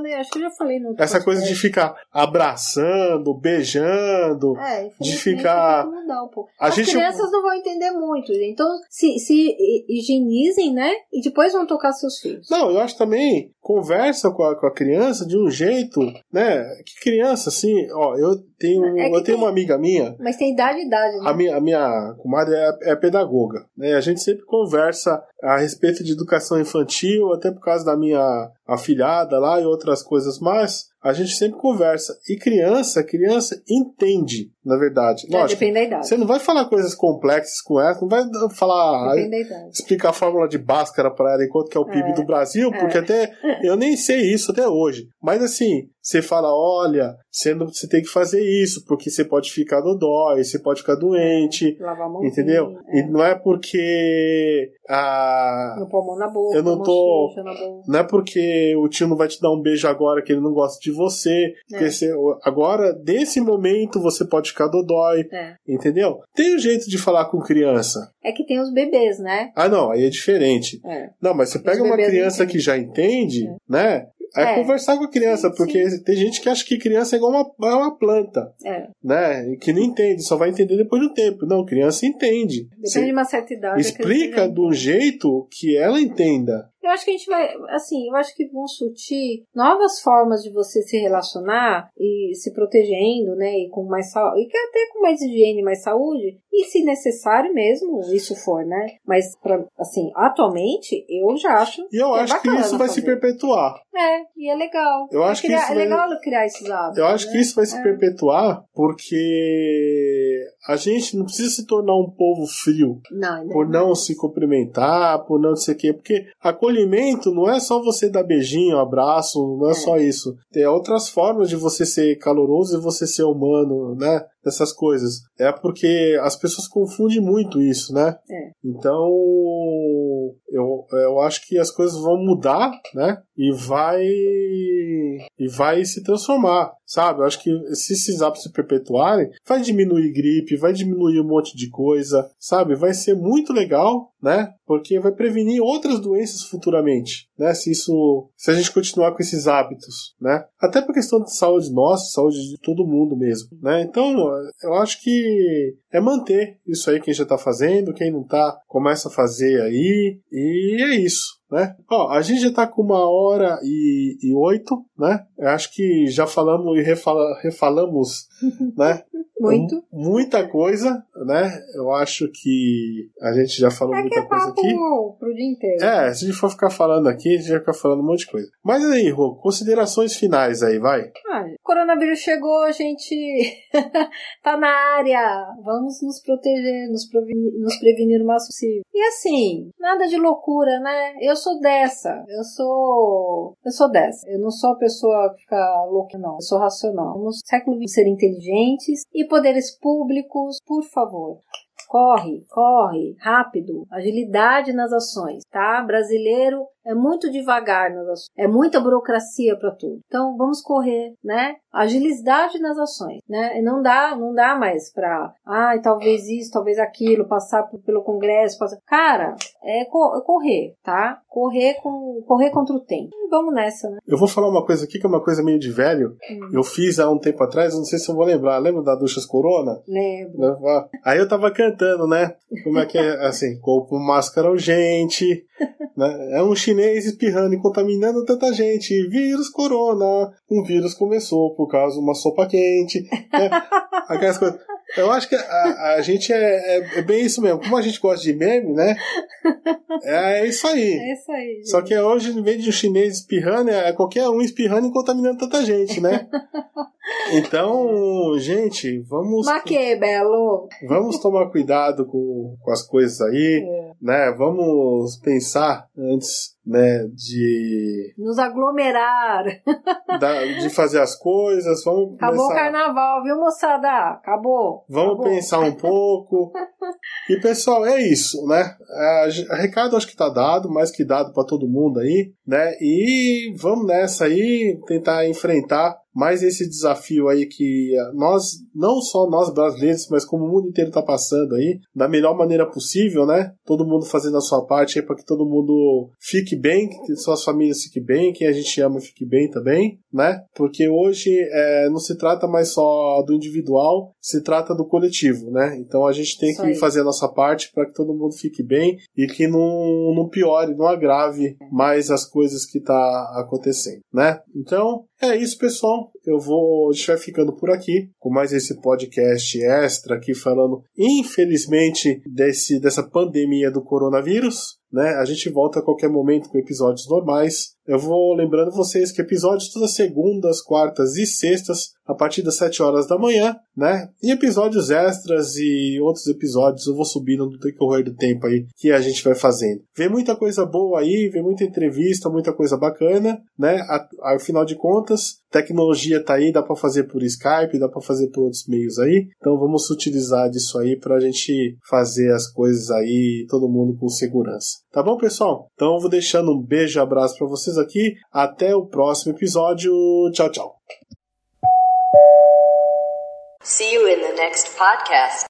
falei, acho que eu já falei no outro Essa podcast. coisa de ficar abraçando, beijando, É, de ficar... tem que mudar um pouco. A As gente... crianças não vão entender muito, gente. Então se, se higienizem, né? E depois vão tocar seus filhos. Não, eu acho também, conversa com a, com a criança de um jeito, né? Que criança, assim, ó, eu tenho, É eu tenho tem, uma amiga minha... Mas tem idade e idade, né? A minha, a minha comadre é, é pedagoga, né? A gente sempre conversa a respeito de educação infantil, até por causa da minha afilhada lá e outras coisas mais. A gente sempre conversa. E criança, criança entende, na verdade. É, Lógico, depende da idade. você não vai falar coisas complexas com ela, não vai falar, Depende da idade. explicar a fórmula de Bhaskara para ela enquanto que é o P I B É, do Brasil, porque é. até eu nem sei isso até hoje. Mas assim, você fala, olha, você, não, você tem que fazer isso, porque você pode ficar dodói, você pode ficar doente, Lavar a mãozinha, entendeu? é. E não é porque a... No pulmão na boca, eu não mão tô... suja na boca. Não é porque o tio não vai te dar um beijo agora que ele não gosta de você. Porque É. você, agora, desse momento, você pode ficar dodói. É. Entendeu? Tem um jeito de falar com criança. É que tem os bebês, né? Ah, não, aí é diferente. É. Não, mas você pega Os uma bebês criança entendem. que já entende, É. né? É, É. conversar com a criança, Sim, porque sim. tem gente que acha que criança é igual uma, é uma planta, É. né? E que não entende, só vai entender depois do tempo. Não, criança entende. Depende Você de uma certa idade. a explica criança já de um jeito que ela entenda. Eu acho que a gente vai, assim, eu acho que vão surgir novas formas de você se relacionar e se protegendo, né, e com mais saúde, e que até com mais higiene, mais saúde, e se necessário mesmo, isso for, né, mas, pra, assim, atualmente, eu já acho E eu que acho é que isso vai se fazer. perpetuar. É, e é legal. Eu é acho que criar, isso é vai- legal criar esses hábitos. Eu acho né? que isso vai se É. perpetuar porque a gente não precisa se tornar um povo frio Não, ainda por não se cumprimentar, por não sei o quê, porque acolhimento não é só você dar beijinho, abraço, não é, É. só isso. Tem outras formas de você ser caloroso e você ser humano, né? Essas coisas. É porque as pessoas confundem muito isso, né? É. Então, eu, eu acho que as coisas vão mudar, né? E vai e vai se transformar, sabe? Eu acho que se esses hábitos se perpetuarem, vai diminuir gripe, vai diminuir um monte de coisa, sabe? Vai ser muito legal, né? Porque vai prevenir outras doenças futuramente, né? Se isso, se a gente continuar com esses hábitos, né? Até por questão de saúde nossa, saúde de todo mundo mesmo, né? Então, eu acho que é manter isso aí quem já tá fazendo, quem não tá, começa a fazer aí, e é isso. Né? Ó, a gente já tá com uma hora e, e oito, né? Eu acho que já falamos e refala, refalamos, né? Muito. M- muita coisa, né? Eu acho que a gente já falou É que muita é coisa papo aqui. pro dia inteiro. É, se a gente for ficar falando aqui, a gente vai ficar falando um monte de coisa. Mas aí, Rô, considerações finais aí, vai. Ah, o coronavírus chegou, a gente tá na área. Vamos nos proteger, nos prevenir, nos prevenir o máximo possível. E assim, nada de loucura, né? Eu sou dessa. Eu sou. Eu sou dessa. Eu não sou a pessoa que fica louca, não. Eu sou racional. No século vinte, ser inteligentes e poderes públicos, por favor. Corre, corre, rápido, agilidade nas ações, tá? Brasileiro é muito devagar nas ações, é muita burocracia para tudo. Então vamos correr, né? Agilidade nas ações, né? E não dá, não dá mais para, ai, talvez isso, talvez aquilo, passar p- pelo Congresso, passar. Cara, é, co- é correr, tá? Correr com, correr contra o tempo. E vamos nessa, né? Eu vou falar uma coisa aqui que é uma coisa meio de velho. Hum. Eu fiz há um tempo atrás, não sei se eu vou lembrar. Lembra da Duchas Corona? Lembro. Aí eu tava cantando, né? Como é que é, assim, corpo, máscara urgente, né? É um chinês espirrando e contaminando tanta gente. Vírus corona. Um vírus começou por causa de uma sopa quente. Né? Aquelas coisas. Eu acho que a, a gente é, é, é bem isso mesmo. Como a gente gosta de meme, né? É isso aí. É isso aí, gente. Só que hoje, em vez de um chinês espirrando, é qualquer um espirrando e contaminando tanta gente, né? Então, gente, vamos... Mas que, Belo? Vamos tomar cuidado com, com as coisas aí, É. né? Vamos pensar antes, né, de, Nos aglomerar. da- de fazer as coisas. Vamos Acabou o começar, carnaval, viu, moçada? Acabou. vamos Acabou. pensar um pouco. E, pessoal, é isso, né? A, a recado acho que tá dado, mais que dado para todo mundo aí, né? E vamos nessa aí, tentar enfrentar, mais esse desafio aí que nós, não só nós brasileiros, mas como o mundo inteiro tá passando aí, da melhor maneira possível, né? Todo mundo fazendo a sua parte aí para que todo mundo fique bem, que suas famílias fiquem bem, quem a gente ama fique bem também, né? Porque hoje é, não se trata mais só do individual, se trata do coletivo, né? Então a gente tem que fazer a nossa parte para que todo mundo fique bem e que não, não piore, não agrave mais as coisas que tá acontecendo, né? Então é isso, pessoal. Eu vou, a gente vai ficando por aqui com mais esse podcast extra aqui falando, infelizmente, desse, dessa pandemia do coronavírus, né? A gente volta a qualquer momento com episódios normais. Eu vou lembrando vocês que episódios todas segundas, quartas e sextas, a partir das sete horas da manhã, né? E episódios extras e outros episódios eu vou subindo no decorrer do tempo aí que a gente vai fazendo. Vem muita coisa boa aí, vem muita entrevista, muita coisa bacana, né? Afinal de contas, tecnologia tá aí, dá pra fazer por Skype, dá pra fazer por outros meios aí. Então vamos utilizar disso aí pra gente fazer as coisas aí, todo mundo com segurança. Tá bom, pessoal? Então eu vou deixando um beijo e abraço pra vocês aqui. Até o próximo episódio. Tchau, tchau. See you in the next podcast.